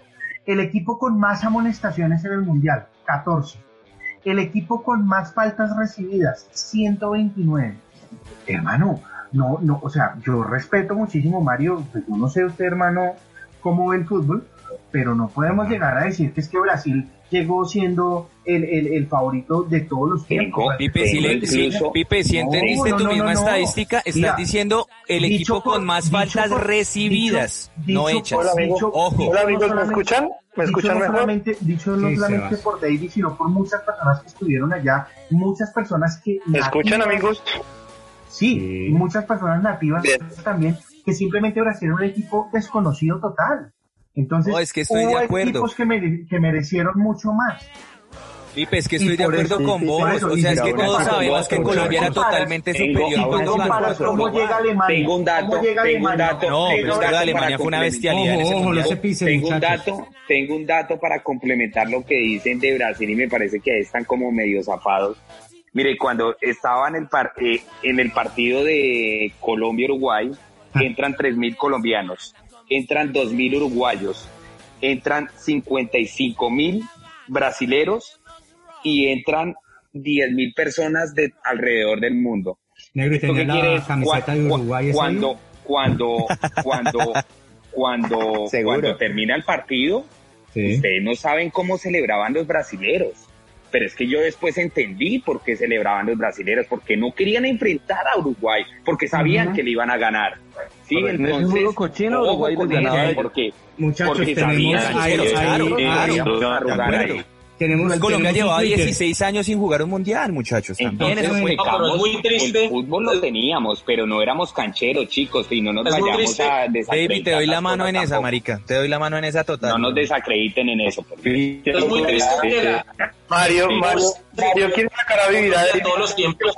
El equipo con más amonestaciones en el mundial, catorce. El equipo con más faltas recibidas, ciento veintinueve. Hermano, no, no, o sea, yo respeto muchísimo, Mario, pues yo no sé usted, hermano, cómo ve el fútbol, pero no podemos llegar a decir que es que Brasil llegó siendo el, el, el favorito de todos los tiempos. Pipe, si, le, si, Pipe, si No, entendiste no, tu no, misma no, no. estadística, estás Mira, diciendo el dicho equipo por- con más dicho faltas por- recibidas, dicho- no dicho hechas. por- dicho- Ojo. dicho Hola, no amigos, ¿me solamente- escuchan? ¿Me dicho escuchan no mejor? solamente, dicho no Sí, solamente Sebas. por David, sino por muchas personas que estuvieron allá, muchas personas que... ¿Me escuchan, nativas- amigos? Sí, Sí. y muchas personas nativas Bien. también que simplemente Brasil era un equipo desconocido total. Entonces, no, es que estoy hubo de acuerdo. equipos que, mere- que merecieron mucho más. Pipe, es que estoy Y de por acuerdo eso- con y por vos, eso- o y sea, es si que tú todos comparas- sabemos que si tú Colombia era comparas- totalmente tengo- superior. si Si cuando tú ganó comparas contra cómo Uruguay. llega Alemania, Tengo un dato, cómo llega tengo un Alemania, dato, No, tengo pero un es que dato Alemania para fue una complementar. bestialidad en ese Ojo, ojo, mundial. no se pisen, Tengo un muchachos. dato, tengo un dato para complementar lo que dicen de Brasil y me parece que están como medio zafados. Mire, cuando estaba en el, par- eh, en el partido de Colombia-Uruguay, entran tres mil colombianos, entran dos mil uruguayos, entran cincuenta y cinco mil brasileros y entran diez mil personas de alrededor del mundo. Negro, ¿y ¿Esto tenía qué la quiere decir? camiseta de Cu- Uruguay ese Cuando, día? cuando, cuando, cuando, ¿Seguro? cuando termina el partido, Sí. ustedes no saben cómo celebraban los brasileros. Pero es que yo después entendí por qué celebraban los brasileros, porque no querían enfrentar a Uruguay, porque sabían Ujú. que le iban a ganar. Sí, Pero en ese entonces, juego cochino, ojo Uruguay con les ganaba eso, a ellos. porque, Muchachos, porque tenemos sabían ahí- que los ahí- carros ahí- iban a de jugar acuerdo. ahí. Tenemos, Colombia tenemos un llevaba Twitter. dieciséis años sin jugar un mundial, muchachos. También Entonces, eso fue. jugábamos, pero es muy triste. el fútbol lo teníamos, pero no éramos cancheros, chicos, y no nos Es muy vayamos triste. a desacreditar. David, te doy la las mano cosas en esa, tampoco. marica. Te doy la mano en esa total. No nos desacrediten en eso. Porque... Es muy triste que la- Mario, Sí, Mario, pues, Mario quiere sacar a vivir a de todos los tiempos.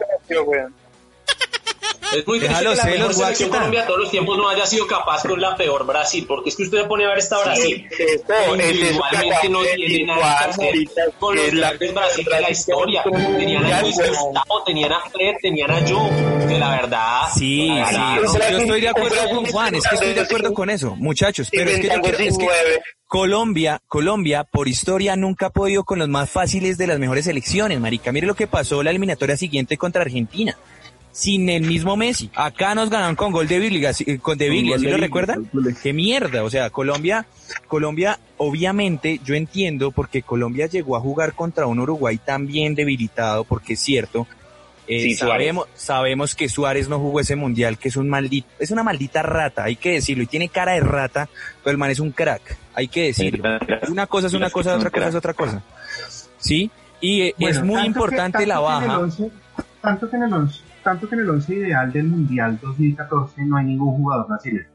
Es muy triste Déjalo que la ser, mejor los selección Guaxita. Colombia de todos los tiempos no haya sido capaz con la peor Brasil, porque es que usted se pone a ver esta Brasil, Sí, eso, pero es eso que individualmente no acabo de tiene decir, nada que Juan, hacer ahorita, con los que es la- grandes Brasil de la historia. Tenían a Luis Gustavo, tenían a Fred, tenían a Joe, que la verdad... Sí, la sí, verdad, yo no. estoy de acuerdo con Juan, es que estoy de acuerdo con eso, muchachos, pero es que yo creo es que Colombia, Colombia, por historia, nunca ha podido con los más fáciles de las mejores selecciones, marica. Mire lo que pasó la eliminatoria siguiente contra Argentina, sin el mismo Messi. Acá nos ganaron con gol de Biglia, ¿sí- con de Biglia, gol ¿sí de lo Biglia, recuerdan? Qué mierda, o sea, Colombia, Colombia, obviamente, yo entiendo porque Colombia llegó a jugar contra un Uruguay también debilitado, porque es cierto. Eh, Sí, Suárez. sabemos, sabemos que Suárez no jugó ese mundial, que es un maldito, es una maldita rata, hay que decirlo, y tiene cara de rata, pero el man es un crack, hay que decirlo. Una cosa es una cosa, otra cosa es otra cosa. ¿Sí? Y eh, Bueno, es muy tanto que- importante tanto la que en el baja. once tanto que en el once tanto que en el once ideal del Mundial dos mil catorce no hay ningún jugador brasileño.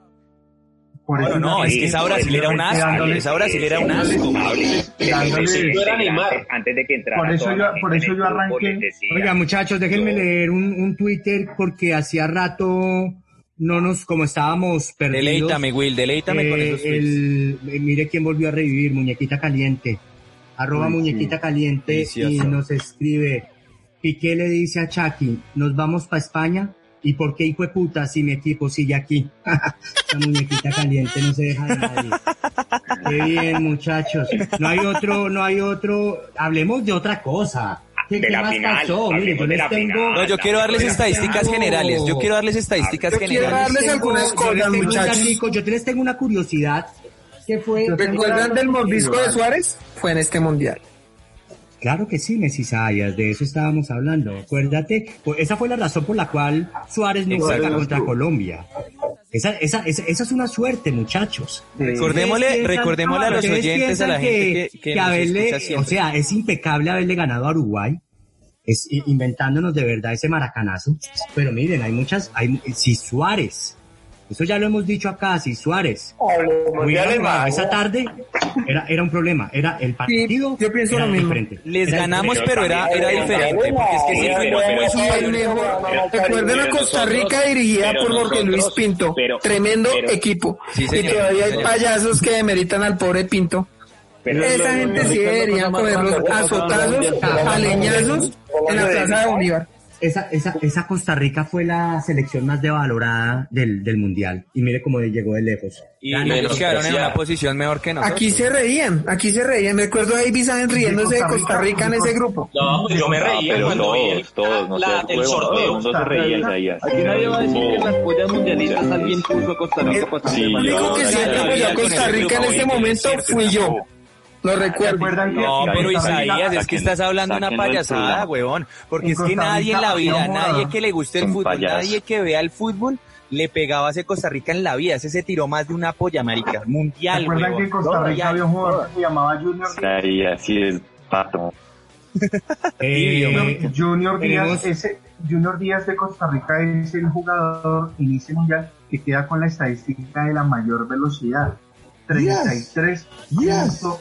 Por No, eso no, una- es que esa Brasil era un asco, dándole- esa Brasil era un asco. dándole- No era Neymar. Antes de que entrara Por eso toda yo- la gente por eso en el yo fútbol, arranqué. les decía, Oiga, muchachos, déjenme leer un, un Twitter porque hacía rato no nos, como estábamos perdidos. Deleítame, Will, deleítame con eh, esos tweets. el, eh, mire quién volvió a revivir, Muñequita Caliente. Arroba Uy, Muñequita sí. Caliente Delicioso. y nos escribe, Piqué le dice a Chucky, ¿nos vamos para España? ¿Y por qué hijo de puta si mi equipo sigue aquí? La Muñequita Caliente no se deja de nadie. Qué bien, muchachos. No hay otro, no hay otro, hablemos de otra cosa. ¿Qué, De qué la más final, pasó? Mire, hablemos yo de les la tengo... final. No, yo quiero darles Yo les estadísticas tengo- generales, yo quiero darles estadísticas Yo quiero generales. darles algunas Yo cosas, les tengo un muchachos. datico, yo les tengo una curiosidad que fue... ¿Recuerdan del mordisco de Suárez? Fue en este mundial. Claro que sí, Messi Sayas, de eso estábamos hablando. Acuérdate, pues esa fue la razón por la cual Suárez no Exacto. juega contra Colombia. Esa, esa, esa, esa es una suerte, muchachos. Recordémosle, Ustedes piensan- recordémosle a los ustedes oyentes, a la piensan gente que, que nos haberle, escucha siempre. o sea, es impecable haberle ganado a Uruguay, es i- inventándonos de verdad ese maracanazo. Pero miren, hay muchas, hay, si Suárez, eso ya lo hemos dicho acá, si Suárez hubiera jugado esa tarde, era, era un problema, era el partido, yo pienso era lo mismo. diferente. Les Era ganamos, diferente. pero era, era diferente, porque es que sí fue muy, muy superior. Recuerden a Costa Rica dirigida pero por Jorge Luis nosotros- Pinto. pero- Tremendo pero- equipo. Sí, Y señor, todavía hay señor. payasos que demeritan al pobre Pinto. Pero- Esa gente sí debería cogerlos azotazos, a leñazos en la plaza de Bolívar. Esa, esa, esa Costa Rica fue la selección más devalorada del, del mundial. Y mire cómo llegó de lejos. Y ellos quedaron en una posición mejor que nosotros. Aquí se reían, aquí se reían. Recuerdo a David Sáenz riéndose de Costa Rica en ese grupo. No, pues yo me reía Pero cuando vi el, todos, todos, no la- seas el huevón, todo el sorteo. mundo se reía, Isaías. Aquí nadie va a decir que en las pollas mundialistas alguien puso a Costa Rica para Sí, El único que yo- siempre apoyó a Costa Rica en este momento fui yo. Lo recuerdo. ¿Recuerdan que- No, que pero Costa Rica- Isaías, es que estás hablando una sáquenlo del payasada, programa. huevón. Porque En es que Costa nadie en la Rica vida, había un nadie jugador. que le guste el Un fútbol, payaso. nadie que vea el fútbol, le pegaba a ese Costa Rica en la vida. Ese se tiró más de una polla, marica. Mundial, ¿Recuerdan que huevón. en Costa Rica Mundial. había un jugador que se llamaba Junior Ahí así es, pato. Eh, Junior tenemos- Díaz, ese Junior Díaz de Costa Rica es el jugador en ese mundial que queda con la estadística de la mayor velocidad. treinta y tres punto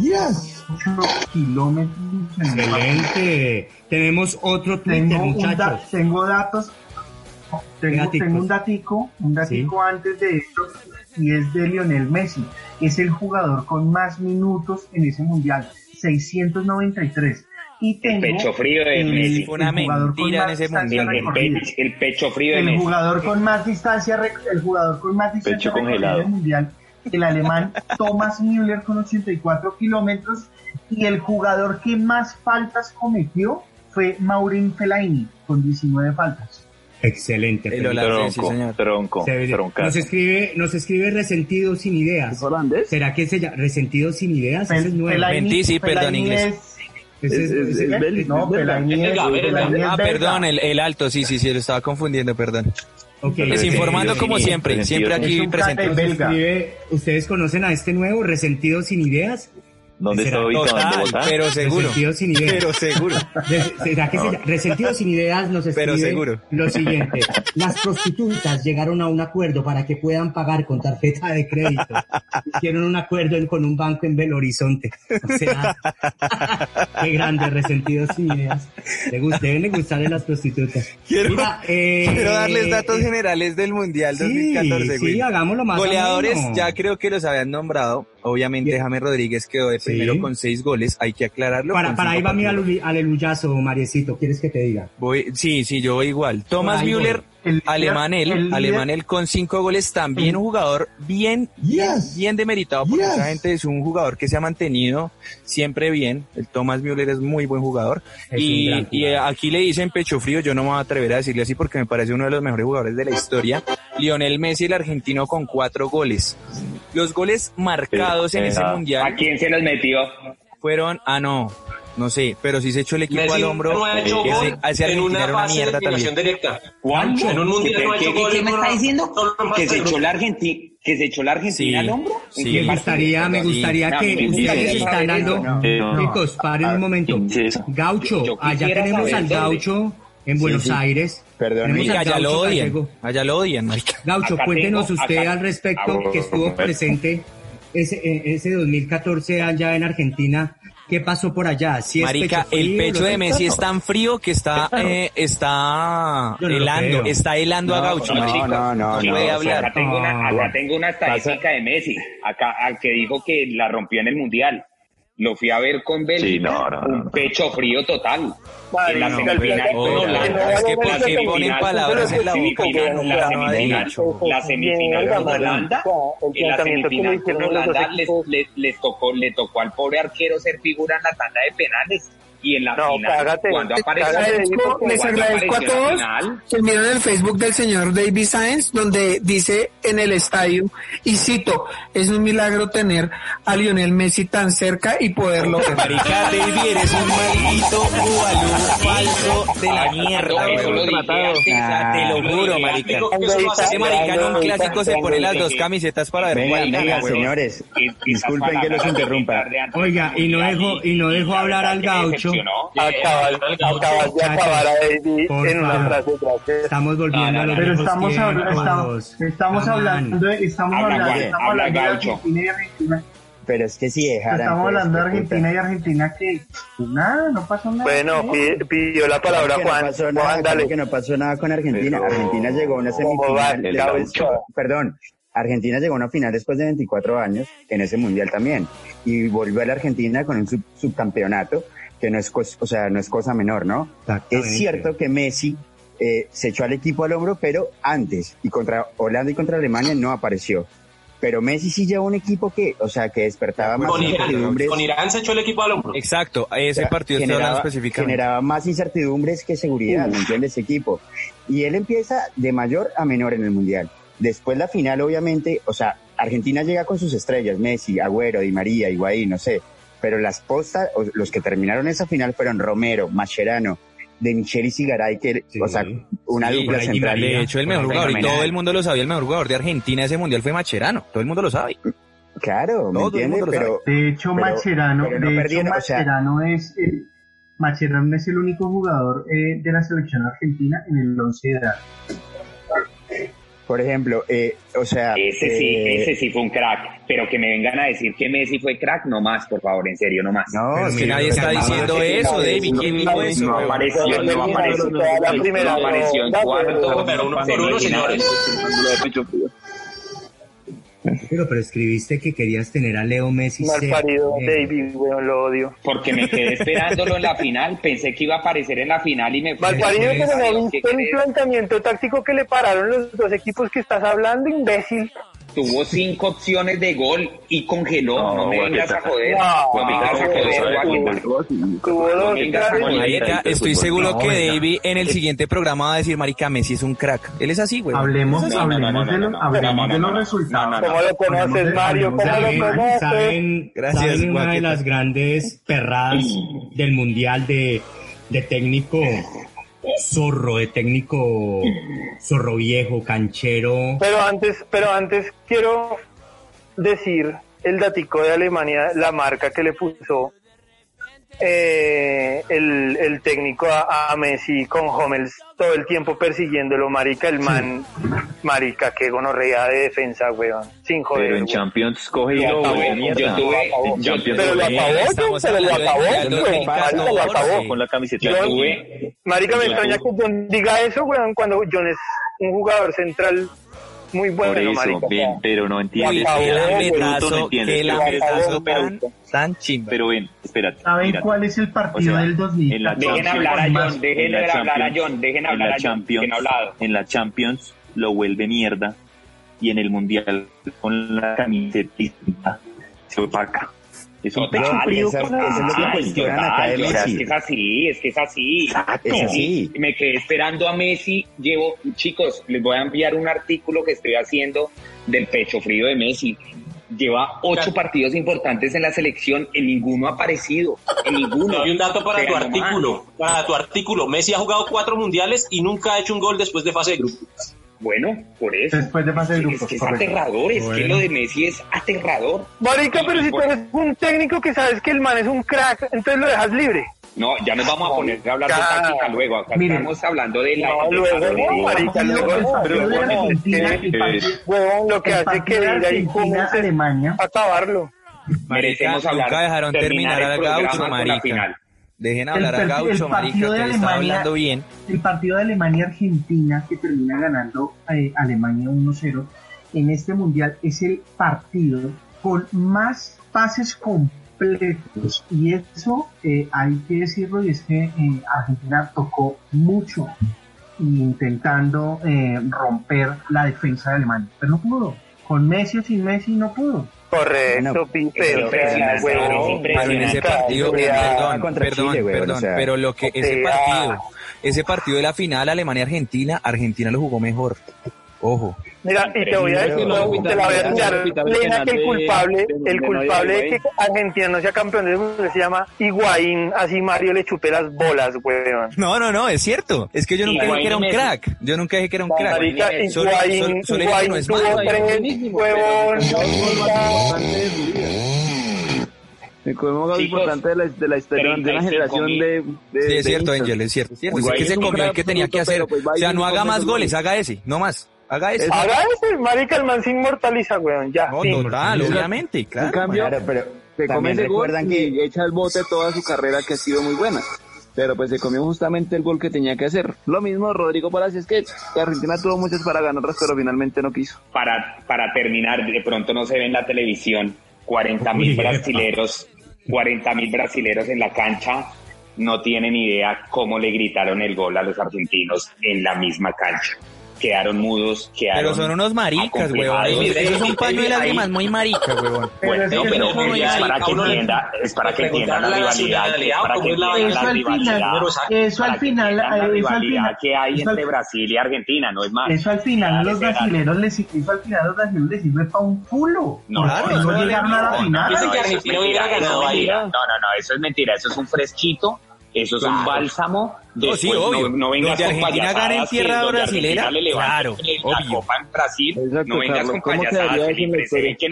ocho kilómetros. Excelente. Tenemos otro Twitter, tengo, muchachos. Un da, tengo datos. Tengo, tengo un datico, un datico ¿sí? antes de esto, y es de Lionel Messi. Es el jugador con más minutos en ese mundial, seiscientos noventa y tres. Y tengo el pecho frío de el, Messi. Fue una mentira en ese mundial. El, pe el pecho frío de el Messi. Jugador con más distancia, el jugador con más distancia pecho congelado. En el mundial, el alemán Thomas Müller con ochenta y cuatro kilómetros, y el jugador que más faltas cometió fue Maureen Fellaini con diecinueve faltas. Excelente. El holandés, tronco, sí, señor. Tronco, tronco. Nos escribe, nos escribe Resentido Sin Ideas. ¿Es holandés? ¿Será que se llama Resentido Sin Ideas? Fel, Ese es nuevo. Mentí, sí, perdón, inglés. Es, es, es, es, es, es, no, Fellaini es, Ah, perdón, el, el alto, sí, sí, sí, lo estaba confundiendo, perdón. Okay. Desinformando como sí, siempre, sí, siempre aquí presente. Escribe, ¿ustedes conocen a este nuevo Resentido Sin Ideas? ¿Dónde está ubicado? ¿En Bogotá? Pero seguro. Resentido Sin Ideas. Pero seguro. ¿Será que no. se Resentido Sin Ideas nos escribe Pero seguro. Lo siguiente? Las prostitutas llegaron a un acuerdo para que puedan pagar con tarjeta de crédito. Hicieron un acuerdo en, con un banco en Belo Horizonte. O sea, qué grande, Resentido Sin Ideas. Le gust, deben de gustarle las prostitutas. Quiero, Mira, eh, quiero darles datos eh, generales del Mundial sí, dos mil catorce. Sí, güey. Hagámoslo más. Goleadores, ya creo que los habían nombrado. Obviamente, yeah. James Rodríguez quedó de primero sí. con seis goles, hay que aclararlo. Para, para ahí va mi aleluyazo, Mariecito, ¿quieres que te diga? Voy, sí, sí, yo voy igual. Thomas Müller, Alemanel, Alemanel con cinco goles, también un jugador bien, yes. bien demeritado, porque yes. esa gente es un jugador que se ha mantenido siempre bien. El Thomas Müller es muy buen jugador. Es y, y aquí le dicen pecho frío, yo no me voy a atrever a decirle así porque me parece uno de los mejores jugadores de la historia. Lionel Messi, el argentino, con cuatro goles. Los goles marcados en ese mundial. ¿A quién se los metió? Fueron, ah no, no sé, pero sí se echó el equipo Messi al hombro. No ha hecho ese, gol ese en una era una mierda también. Directa. ¿Cuánto? En un mundial no ha hecho gol. ¿Qué me está diciendo? ¿Que se echó la Argentina? ¿Que se echó la Argentina sí, al hombro? Sí, me gustaría, me gustaría sí, que no, ustedes están dando, no, chicos, paren un momento. Gaucho, allá tenemos al Gaucho en Buenos sí, sí. Aires. Perdón, mira, allá lo odian, allá lo odian, Mike. Gaucho, acá cuéntenos tengo, usted acá, al respecto, ah, que estuvo presente ese, ese dos mil catorce allá en Argentina. ¿Qué pasó por allá? ¿Sí es Marica, pecho frío, el pecho de Messi es tan frío que está eh, está no helando, está helando no, a Gaucho. No, Marica. no, no, no, no. Hablar. Acá tengo una, acá tengo una estadística de Messi, acá al que dijo que la rompió en el Mundial. Lo fui a ver con Bélgica, sí, no, no, no, un pecho frío total. Vale, en la semifinal con Holanda. Es que ¿por qué ponen palabras en la boca? La semifinal, la semifinal con Holanda, en la semifinal con Holanda les, les, les tocó, le tocó al pobre arquero ser figura en la tanda de penales. Y en la no, final, cágate, cuando apareció, les agradezco a todos final, que miren el Facebook del señor David Sáenz, donde dice en el estadio, y cito, es un milagro tener a Lionel Messi tan cerca y poderlo ver. Marica, David, eres un maldito jugador falso de la mierda, weón. Te lo juro, marica. Ese marica en un clásico se pone las dos camisetas para ver venga, cuál venga, gana, señores, disculpen que los interrumpa. Oiga, y no dejo, y no dejo hablar al Gaucho. Acabas, acabas de acabar a David en una frase. Estamos volviendo a los Pero estamos hablando, estamos hablando, estamos hablando, estamos hablando de Argentina y Argentina. Pero es que si dejaran. Estamos hablando de Argentina y Argentina que nada, no pasó nada. Bueno, pidió la palabra Juan. No pasó nada, Juan, dale. Que no pasó nada con Argentina. Pero, Argentina llegó a una semifinal. Después, perdón. Argentina llegó a una final después de veinticuatro años en ese mundial también y volvió a la Argentina con un sub, subcampeonato que no es cosa, o sea, no es cosa menor, ¿no? Es cierto que Messi eh, se echó al equipo al hombro, pero antes y contra Holanda y contra Alemania no apareció. Pero Messi sí llevó un equipo que, o sea, que despertaba más con incertidumbres. Irán, con Irán se echó el equipo al hombro. Exacto, ese partido está hablando específicamente. Generaba más incertidumbres que seguridad, ¿me entiendes? Ese equipo. Y él empieza de mayor a menor en el mundial. Después la final, obviamente, o sea, Argentina llega con sus estrellas, Messi, Agüero, Di María, Higuaín, no sé. Pero las postas, los que terminaron esa final fueron Romero, Mascherano, De Michelis y Garay, que, sí, o sea, una sí, dupla central. De hecho, el mejor jugador, y todo el mundo lo sabía, el mejor jugador de Argentina ese mundial fue Mascherano, todo el mundo lo sabe. Claro, ¿me entiendes? Pero, de hecho, pero, Mascherano, pero no de hecho, Mascherano, o sea, es el, Mascherano es el único jugador eh, de la selección argentina en el once de edad. Por ejemplo, eh, o sea... Ese sí, eh, ese sí fue un crack, pero que me vengan a decir que Messi fue crack, no más, por favor, en serio, no más. No, es que nadie está diciendo eso, David. ¿Quién dijo eso? No apareció, no apareció. No apareció en cuarto, pero uno por uno, señores. Pero, pero escribiste que querías tener a Leo Messi. Mal parido, David, weón, lo odio. Porque me quedé esperándolo en la final, pensé que iba a aparecer en la final y me fue. Mal parido, pero no viste el planteamiento táctico que le pararon los dos equipos que estás hablando, imbécil. Tuvo cinco opciones de gol y congeló. No, no me vengas a joder. No, no me vengas a joder, Tuvo dos. Marica, estoy seguro que David en el siguiente programa va a decir, marica, Messi es un crack. Él es así, güey. Hablemos, hablemos de los, hablemos de los resultados. ¿Cómo lo conoces, Mario? ¿Cómo lo conoces? ¿Saben, Gracias, ¿saben una de las grandes perradas del mundial de, de técnico zorro, de técnico zorro viejo, canchero? Pero antes, pero antes quiero decir el datico de Alemania, la marca que le puso eh, el, el técnico a, a Messi con Hummels todo el tiempo persiguiéndolo, marica, el man, marica, qué gonorrea de defensa, weón, sin joder. Pero en weón. Champions coge y lo yo tuve, yo tuve, pero lo acabó, pero lo acabó, weón, marica, lo acabó. Con la camiseta. Yo tuve, Marica, me extraña que John diga eso, weón, cuando John es un jugador central muy bueno, por eso, marica. ven, pero no entiendes. Qué lametazo, lametazo, no entiendes. qué lametazo tan, tan chimba. Pero ven, espérate. ¿Saben mira. cuál es el partido O sea, del dos mil? en la dejen hablar a John, dejen hablar a John, dejen hablar a John, dejen hablar. En la Champions lo vuelve mierda y en el Mundial con la camiseta se opaca. Es un pecho frío. Eso es lo que cuestionan acá de Es Messi. que es así, es que es así. Exacto. Es así. Me quedé esperando a Messi. Llevo, chicos, les voy a enviar un artículo que estoy haciendo del pecho frío de Messi. Lleva ocho partidos importantes en la selección, en ninguno ha aparecido, en ninguno. Y un dato para O sea, tu no artículo, más. para tu artículo. Messi ha jugado cuatro mundiales y nunca ha hecho un gol después de fase de grupo. Bueno, por eso. Después de fase de grupos, Es que es correcto. aterrador, es que Bueno. lo de Messi es aterrador. Marica, pero si tú eres un técnico que sabes que el man es un crack, entonces lo dejas libre. No, ya nos vamos a poner a hablar de Ya. táctica luego. Acá Miren. estamos hablando de la... No, de luego, la- no, marica, luego, El partido de pero, Argentina, es que, el partido- huevón, lo que el hace que partido de ir ahí Argentina, es Alemania. acabarlo. Merecemos Marica, hablar, nunca dejaron terminar al el programa Gaucho, con la marica. final. Dejen El hablar a per- el Gaucho, marica, partido que de le estaba Alemania- hablando bien. El partido de Alemania-Argentina, que termina ganando eh, Alemania uno cero, en este mundial es el partido con más pases completos. Y eso eh, hay que decirlo, y es que eh, Argentina tocó mucho intentando eh, romper la defensa de Alemania. Pero no pudo. Con Messi o sin Messi no pudo. Correcto, Bueno, Pintero. es impresionante, huevón. es Pero en ese partido, Mira, perdón, contra perdón, Chile, weón, perdón, o sea, pero lo que ese mira. partido, ese partido de la final Alemania-Argentina, Argentina lo jugó mejor. Ojo. Mira, y te voy a decir, Pero- huevón, te la voy a tirar plena que el culpable, el culpable de que Argentina no sea campeón del mundo se llama Higuaín, así Mario le chupé las bolas, weón. No, no, no, es cierto. Es que yo nunca dije Higuaín que era un y Messi. crack. Yo nunca dije que era un crack. Marica, Solo- Higuaín, solo- solo dije que Higuaín no es tuvo malo. tres, huevón. Me comemos algo Chicos, importante de la, de la historia de una treinta y cinco generación mil. de, de... Sí, es de cierto, hinchas. Angel, es cierto. Es cierto. Es Higuaín que se es un comió el crack que tenía que absoluto, hacer. pero pues va O sea, y no haga come más esos goles, goles. haga ese, no más. Haga ese. Haga ese, marica, el man se inmortaliza, weón, ya. No, fin. total, obviamente, En claro. cambio, Claro, pero se come también ese gol recuerdan y que echa el bote toda su carrera que ha sido muy buena. Pero pues se comió justamente el gol que tenía que hacer. Lo mismo Rodrigo Palacios, que Argentina tuvo muchas para ganarlas, pero finalmente no quiso. Para, para terminar, de pronto no se ve en la televisión, cuarenta mil Uy, epa. brasileros, cuarenta mil brasileros en la cancha, no tienen idea cómo le gritaron el gol a los argentinos en la misma cancha. Quedaron mudos, quedaron... Pero son unos maricas, weón. acomplejados. Esos, esos son paño de ahí- lágrimas muy maricas, weón. Bueno, Pero no, es que pero eso no es es- para que a uno le- entienda, es para que entienda la preguntarle a la rivalidad, es ciudadanía, para ¿cómo que es la entiendan Eso la al final, rivalidad, eso para al que final, entiendan la eso al rivalidad final, que hay eso al- entre Brasil y Argentina, no es más. Eso al final a los Ese era- brasileros les, eso al final a los brasileños les sirve para un culo. No, Porque claro, no eso es llegaron a la mentira. final. Dice que eso es Argentina hubiera mentira, ganado eso es ahí. mentira. No, no, no, eso es mentira, eso es un fresquito, eso es un bálsamo. No, sí, Después, obvio. No, no vengas Donde con Argentina gane en payasadas, tierra que donde brasilera, Argentina le levante claro, la obvio. copa en Brasil, Exacto, no vengas Carlos, con ¿cómo payasadas, quedaría eso en la Felipe, se ve historia? que no,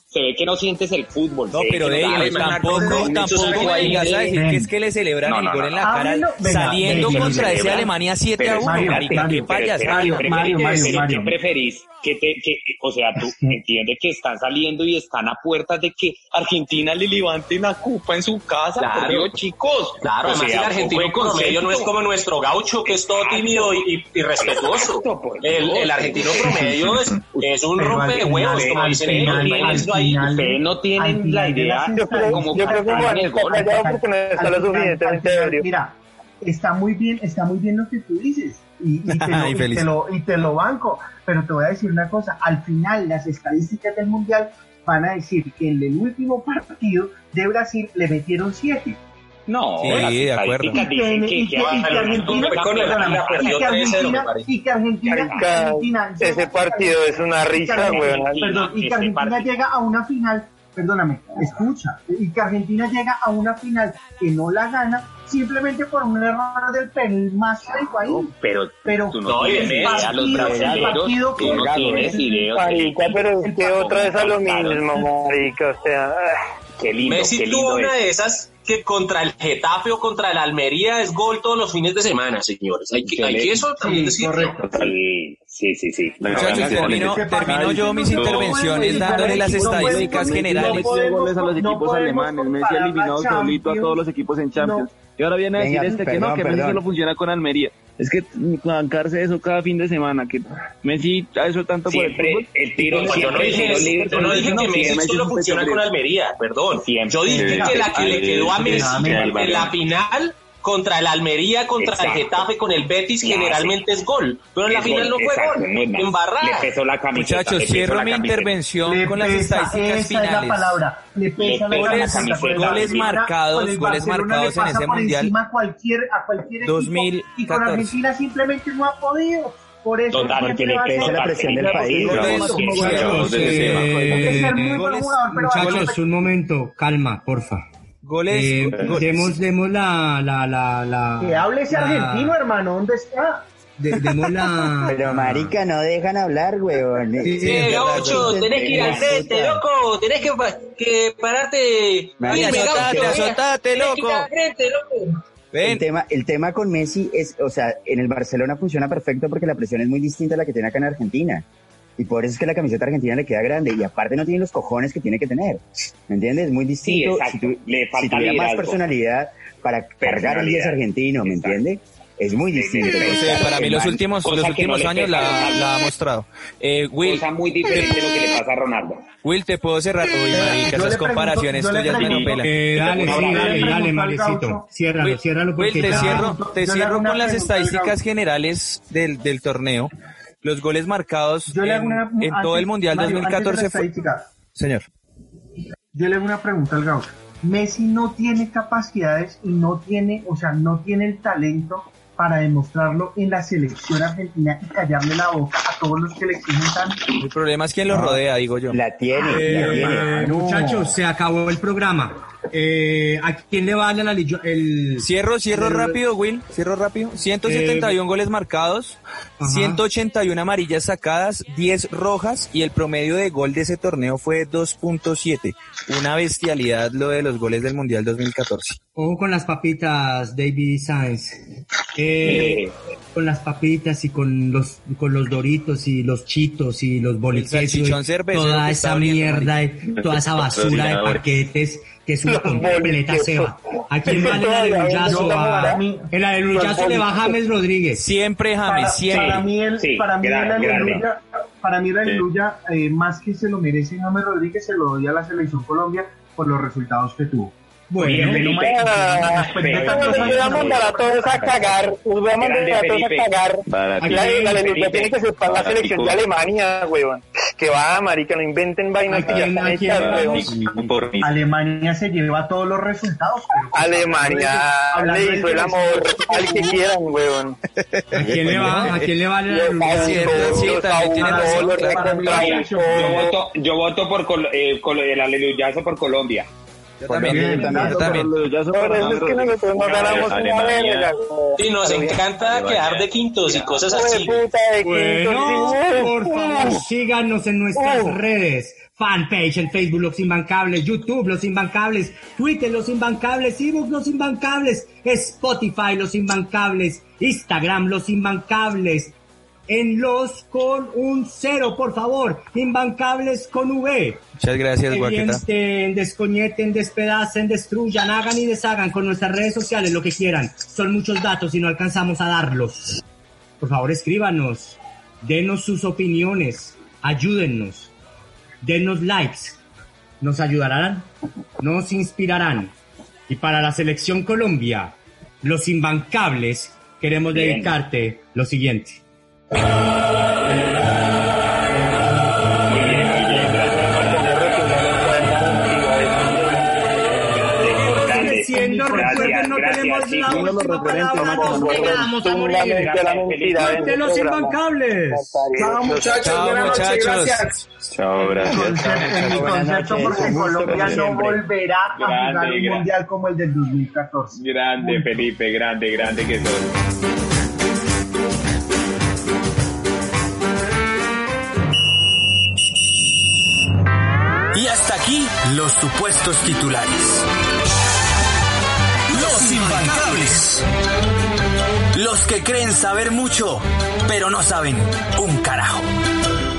se ve que no sientes el fútbol. No, pero de ellos tampoco, tampoco me digas a decir que es que le celebran el gol en la cara saliendo contra ese Alemania siete a uno, marica, qué payas. Mario, Mario, Mario, ¿qué preferís? Que te, que, o sea, tú entiendes que están saliendo y están a puertas de que Argentina le levante la copa en su casa, claro, por Dios, chicos. Claro, o además sea, el argentino promedio no es como nuestro gaucho, que es todo tímido y, y, y respetuoso. El, el argentino promedio es, es un rompehuevos, como dicen ellos. Ustedes no tienen la idea yo creo, como yo creo que Juan está callado porque no está lo suficientemente ebrio. Mira, está muy bien, está muy bien lo que tú dices. Y, y, te lo, y, te lo, y te lo banco, pero te voy a decir una cosa, al final las estadísticas del Mundial van a decir que en el último partido de Brasil le metieron siete. No, sí, de acuerdo. Y que Argentina, ese partido es una risa, weón. Perdón, y que Argentina llega a una final, perdóname, escucha, y que Argentina llega a una final que no la gana simplemente por un error del penal más rico ahí. No, pero, pero tú no tienes idea, los brasileños, tú no tienes idea. Marica, pero es que otra vez a lo mismo, marica, o sea, qué lindo, Messi qué lindo tuvo es. una de esas que contra el Getafe o contra el Almería es gol todos los fines de semana, señores. Hay que, hay que eso también decirlo. Sí, sí, sí, sí. Muchachos, termino, termino yo mis intervenciones dándole las estadísticas generales. Messi goles a los equipos alemanes, Messi ha eliminado solito a todos los equipos en Champions. Y ahora viene a decir este que no, que Messi solo funciona con Almería. Es que bancarse eso cada fin de semana, que Messi ha hecho tanto por el fútbol. El tiro, yo no dije, yo no dije que Messi solo funciona con Almería, perdón. Yo dije que la que le quedó a Messi en la final contra el Almería, contra Exacto. el Getafe, con el Betis, claro, generalmente sí. es gol, pero en la final no fue Exacto, gol, no embarrada. Le pesó la camiseta. Muchachos, cierro mi intervención le con pesa, las estadísticas esa finales. Es la palabra. Le pesa le la goles, camiseta. goles marcados, goles marcados en ese mundial. A cualquier, a cualquier dos mil equipo, y con Argentina simplemente no ha podido. Por eso Total, que le pesa la presión del país. Muchachos, un momento, calma, porfa. Goles, eh, goles. Demos, demos la, la, la, la... Que hable ese la, argentino, hermano, ¿dónde está? De, demos la... Pero marica, no dejan hablar, weón. Sí, sí, gaucho, tenés que ir al frente, loco, tenés que, que pararte... Azotate, azotate, loco. El tema, el tema con Messi es, o sea, en el Barcelona funciona perfecto porque la presión es muy distinta a la que tiene acá en Argentina. Y por eso es que la camiseta argentina le queda grande. Y aparte no tiene los cojones que tiene que tener. ¿Me entiendes? Es muy distinto. Sí, si, tu, le falta si tuviera más personalidad para cargar el diez argentino, ¿me entiendes? Es muy distinto. Sí, sí, sí. Para mí los últimos, los últimos no años la, la ha mostrado. Eh, Will, cosa muy diferente de lo que le pasa a Ronaldo. Will, te puedo cerrar. Uy, marica, esas comparaciones tuyas me no pelan. Eh, dale, sí, dale, dale, Marecito. Ciérralo, ciérralo. Will, te cierro, te cierro con las estadísticas generales del, del torneo. Los goles marcados en, una, en todo antes, el Mundial Mario, dos mil catorce fue... Señor. Yo le hago una pregunta al Gaucho. Messi no tiene capacidades y no tiene, o sea, no tiene el talento para demostrarlo en la selección argentina y callarle la boca a todos los que le exigen tanto. El problema es quién lo rodea, digo yo. La tiene, eh, la tiene. Eh, muchachos, se acabó el programa. Eh, ¿A quién le va a la el Cierro, cierro el, rápido, Will, cierro rápido. ciento setenta y uno eh, goles marcados, ajá. ciento ochenta y una amarillas sacadas, diez rojas y el promedio de gol de ese torneo fue dos punto siete. Una bestialidad lo de los goles del Mundial dos mil catorce. Ojo con las papitas, David Sáenz. Eh, con las papitas y con los con los Doritos y los Chitos y los bolichesos, toda esa mierda, toda esa basura de paquetes que es una completa ceba. ¿A quién va el aleluyazo? A, el aleluyazo le va a James Rodríguez. Siempre James, siempre. Para mí el, sí, para mí el aleluya, para mí el aleluya, eh, más que se lo merece James Rodríguez, se lo doy a la Selección Colombia por los resultados que tuvo. Bueno, pero voy a mandar a todos a cagar, os voy a mandar a todos a cagar. La aleluya tiene que ser para la selección de Alemania, weón. Que va, marica, no inventen vainas que ya están hechas, weón. Alemania se lleva todos los resultados. Alemania le hizo el amor al que quieran, weón. ¿A quién le va? ¿A quién le va la aleluya? Yo voto por el aleluyazo por Colombia. Yo también, yo también, yo también. Es que nosotros nos ganamos una verga. Sí, nos encanta quedar de quintos y cosas así. Bueno, por favor, síganos en nuestras redes. fanpage en Facebook Los Imbancables, YouTube Los Imbancables, Twitter Los Imbancables, ebook Los Imbancables, Spotify Los Imbancables, Instagram Los Imbancables, en los con un cero, por favor, Imbancables con V. Muchas gracias, Guaqueta. Descoñeten, descoñeten, despedacen, destruyan, hagan y deshagan con nuestras redes sociales lo que quieran. Son muchos datos y no alcanzamos a darlos. Por favor, escríbanos, denos sus opiniones, ayúdennos. Denos likes, nos ayudarán, nos inspirarán. Y para la selección Colombia, Los Imbancables, queremos Bien. dedicarte lo siguiente. Siendo recuerden, no tenemos la última palabra, nos quedamos a morir. ¡Fuerte Los Imbancables! Chao, muchachos. Chao, muchachos. Gracias. Chao, gracias. En mi concepto, porque Colombia no volverá a jugar un mundial como el del dos mil catorce. Grande, Felipe, grande, grande que sos. Y hasta aquí los supuestos titulares. Los Imbancables. Los que creen saber mucho, pero no saben un carajo.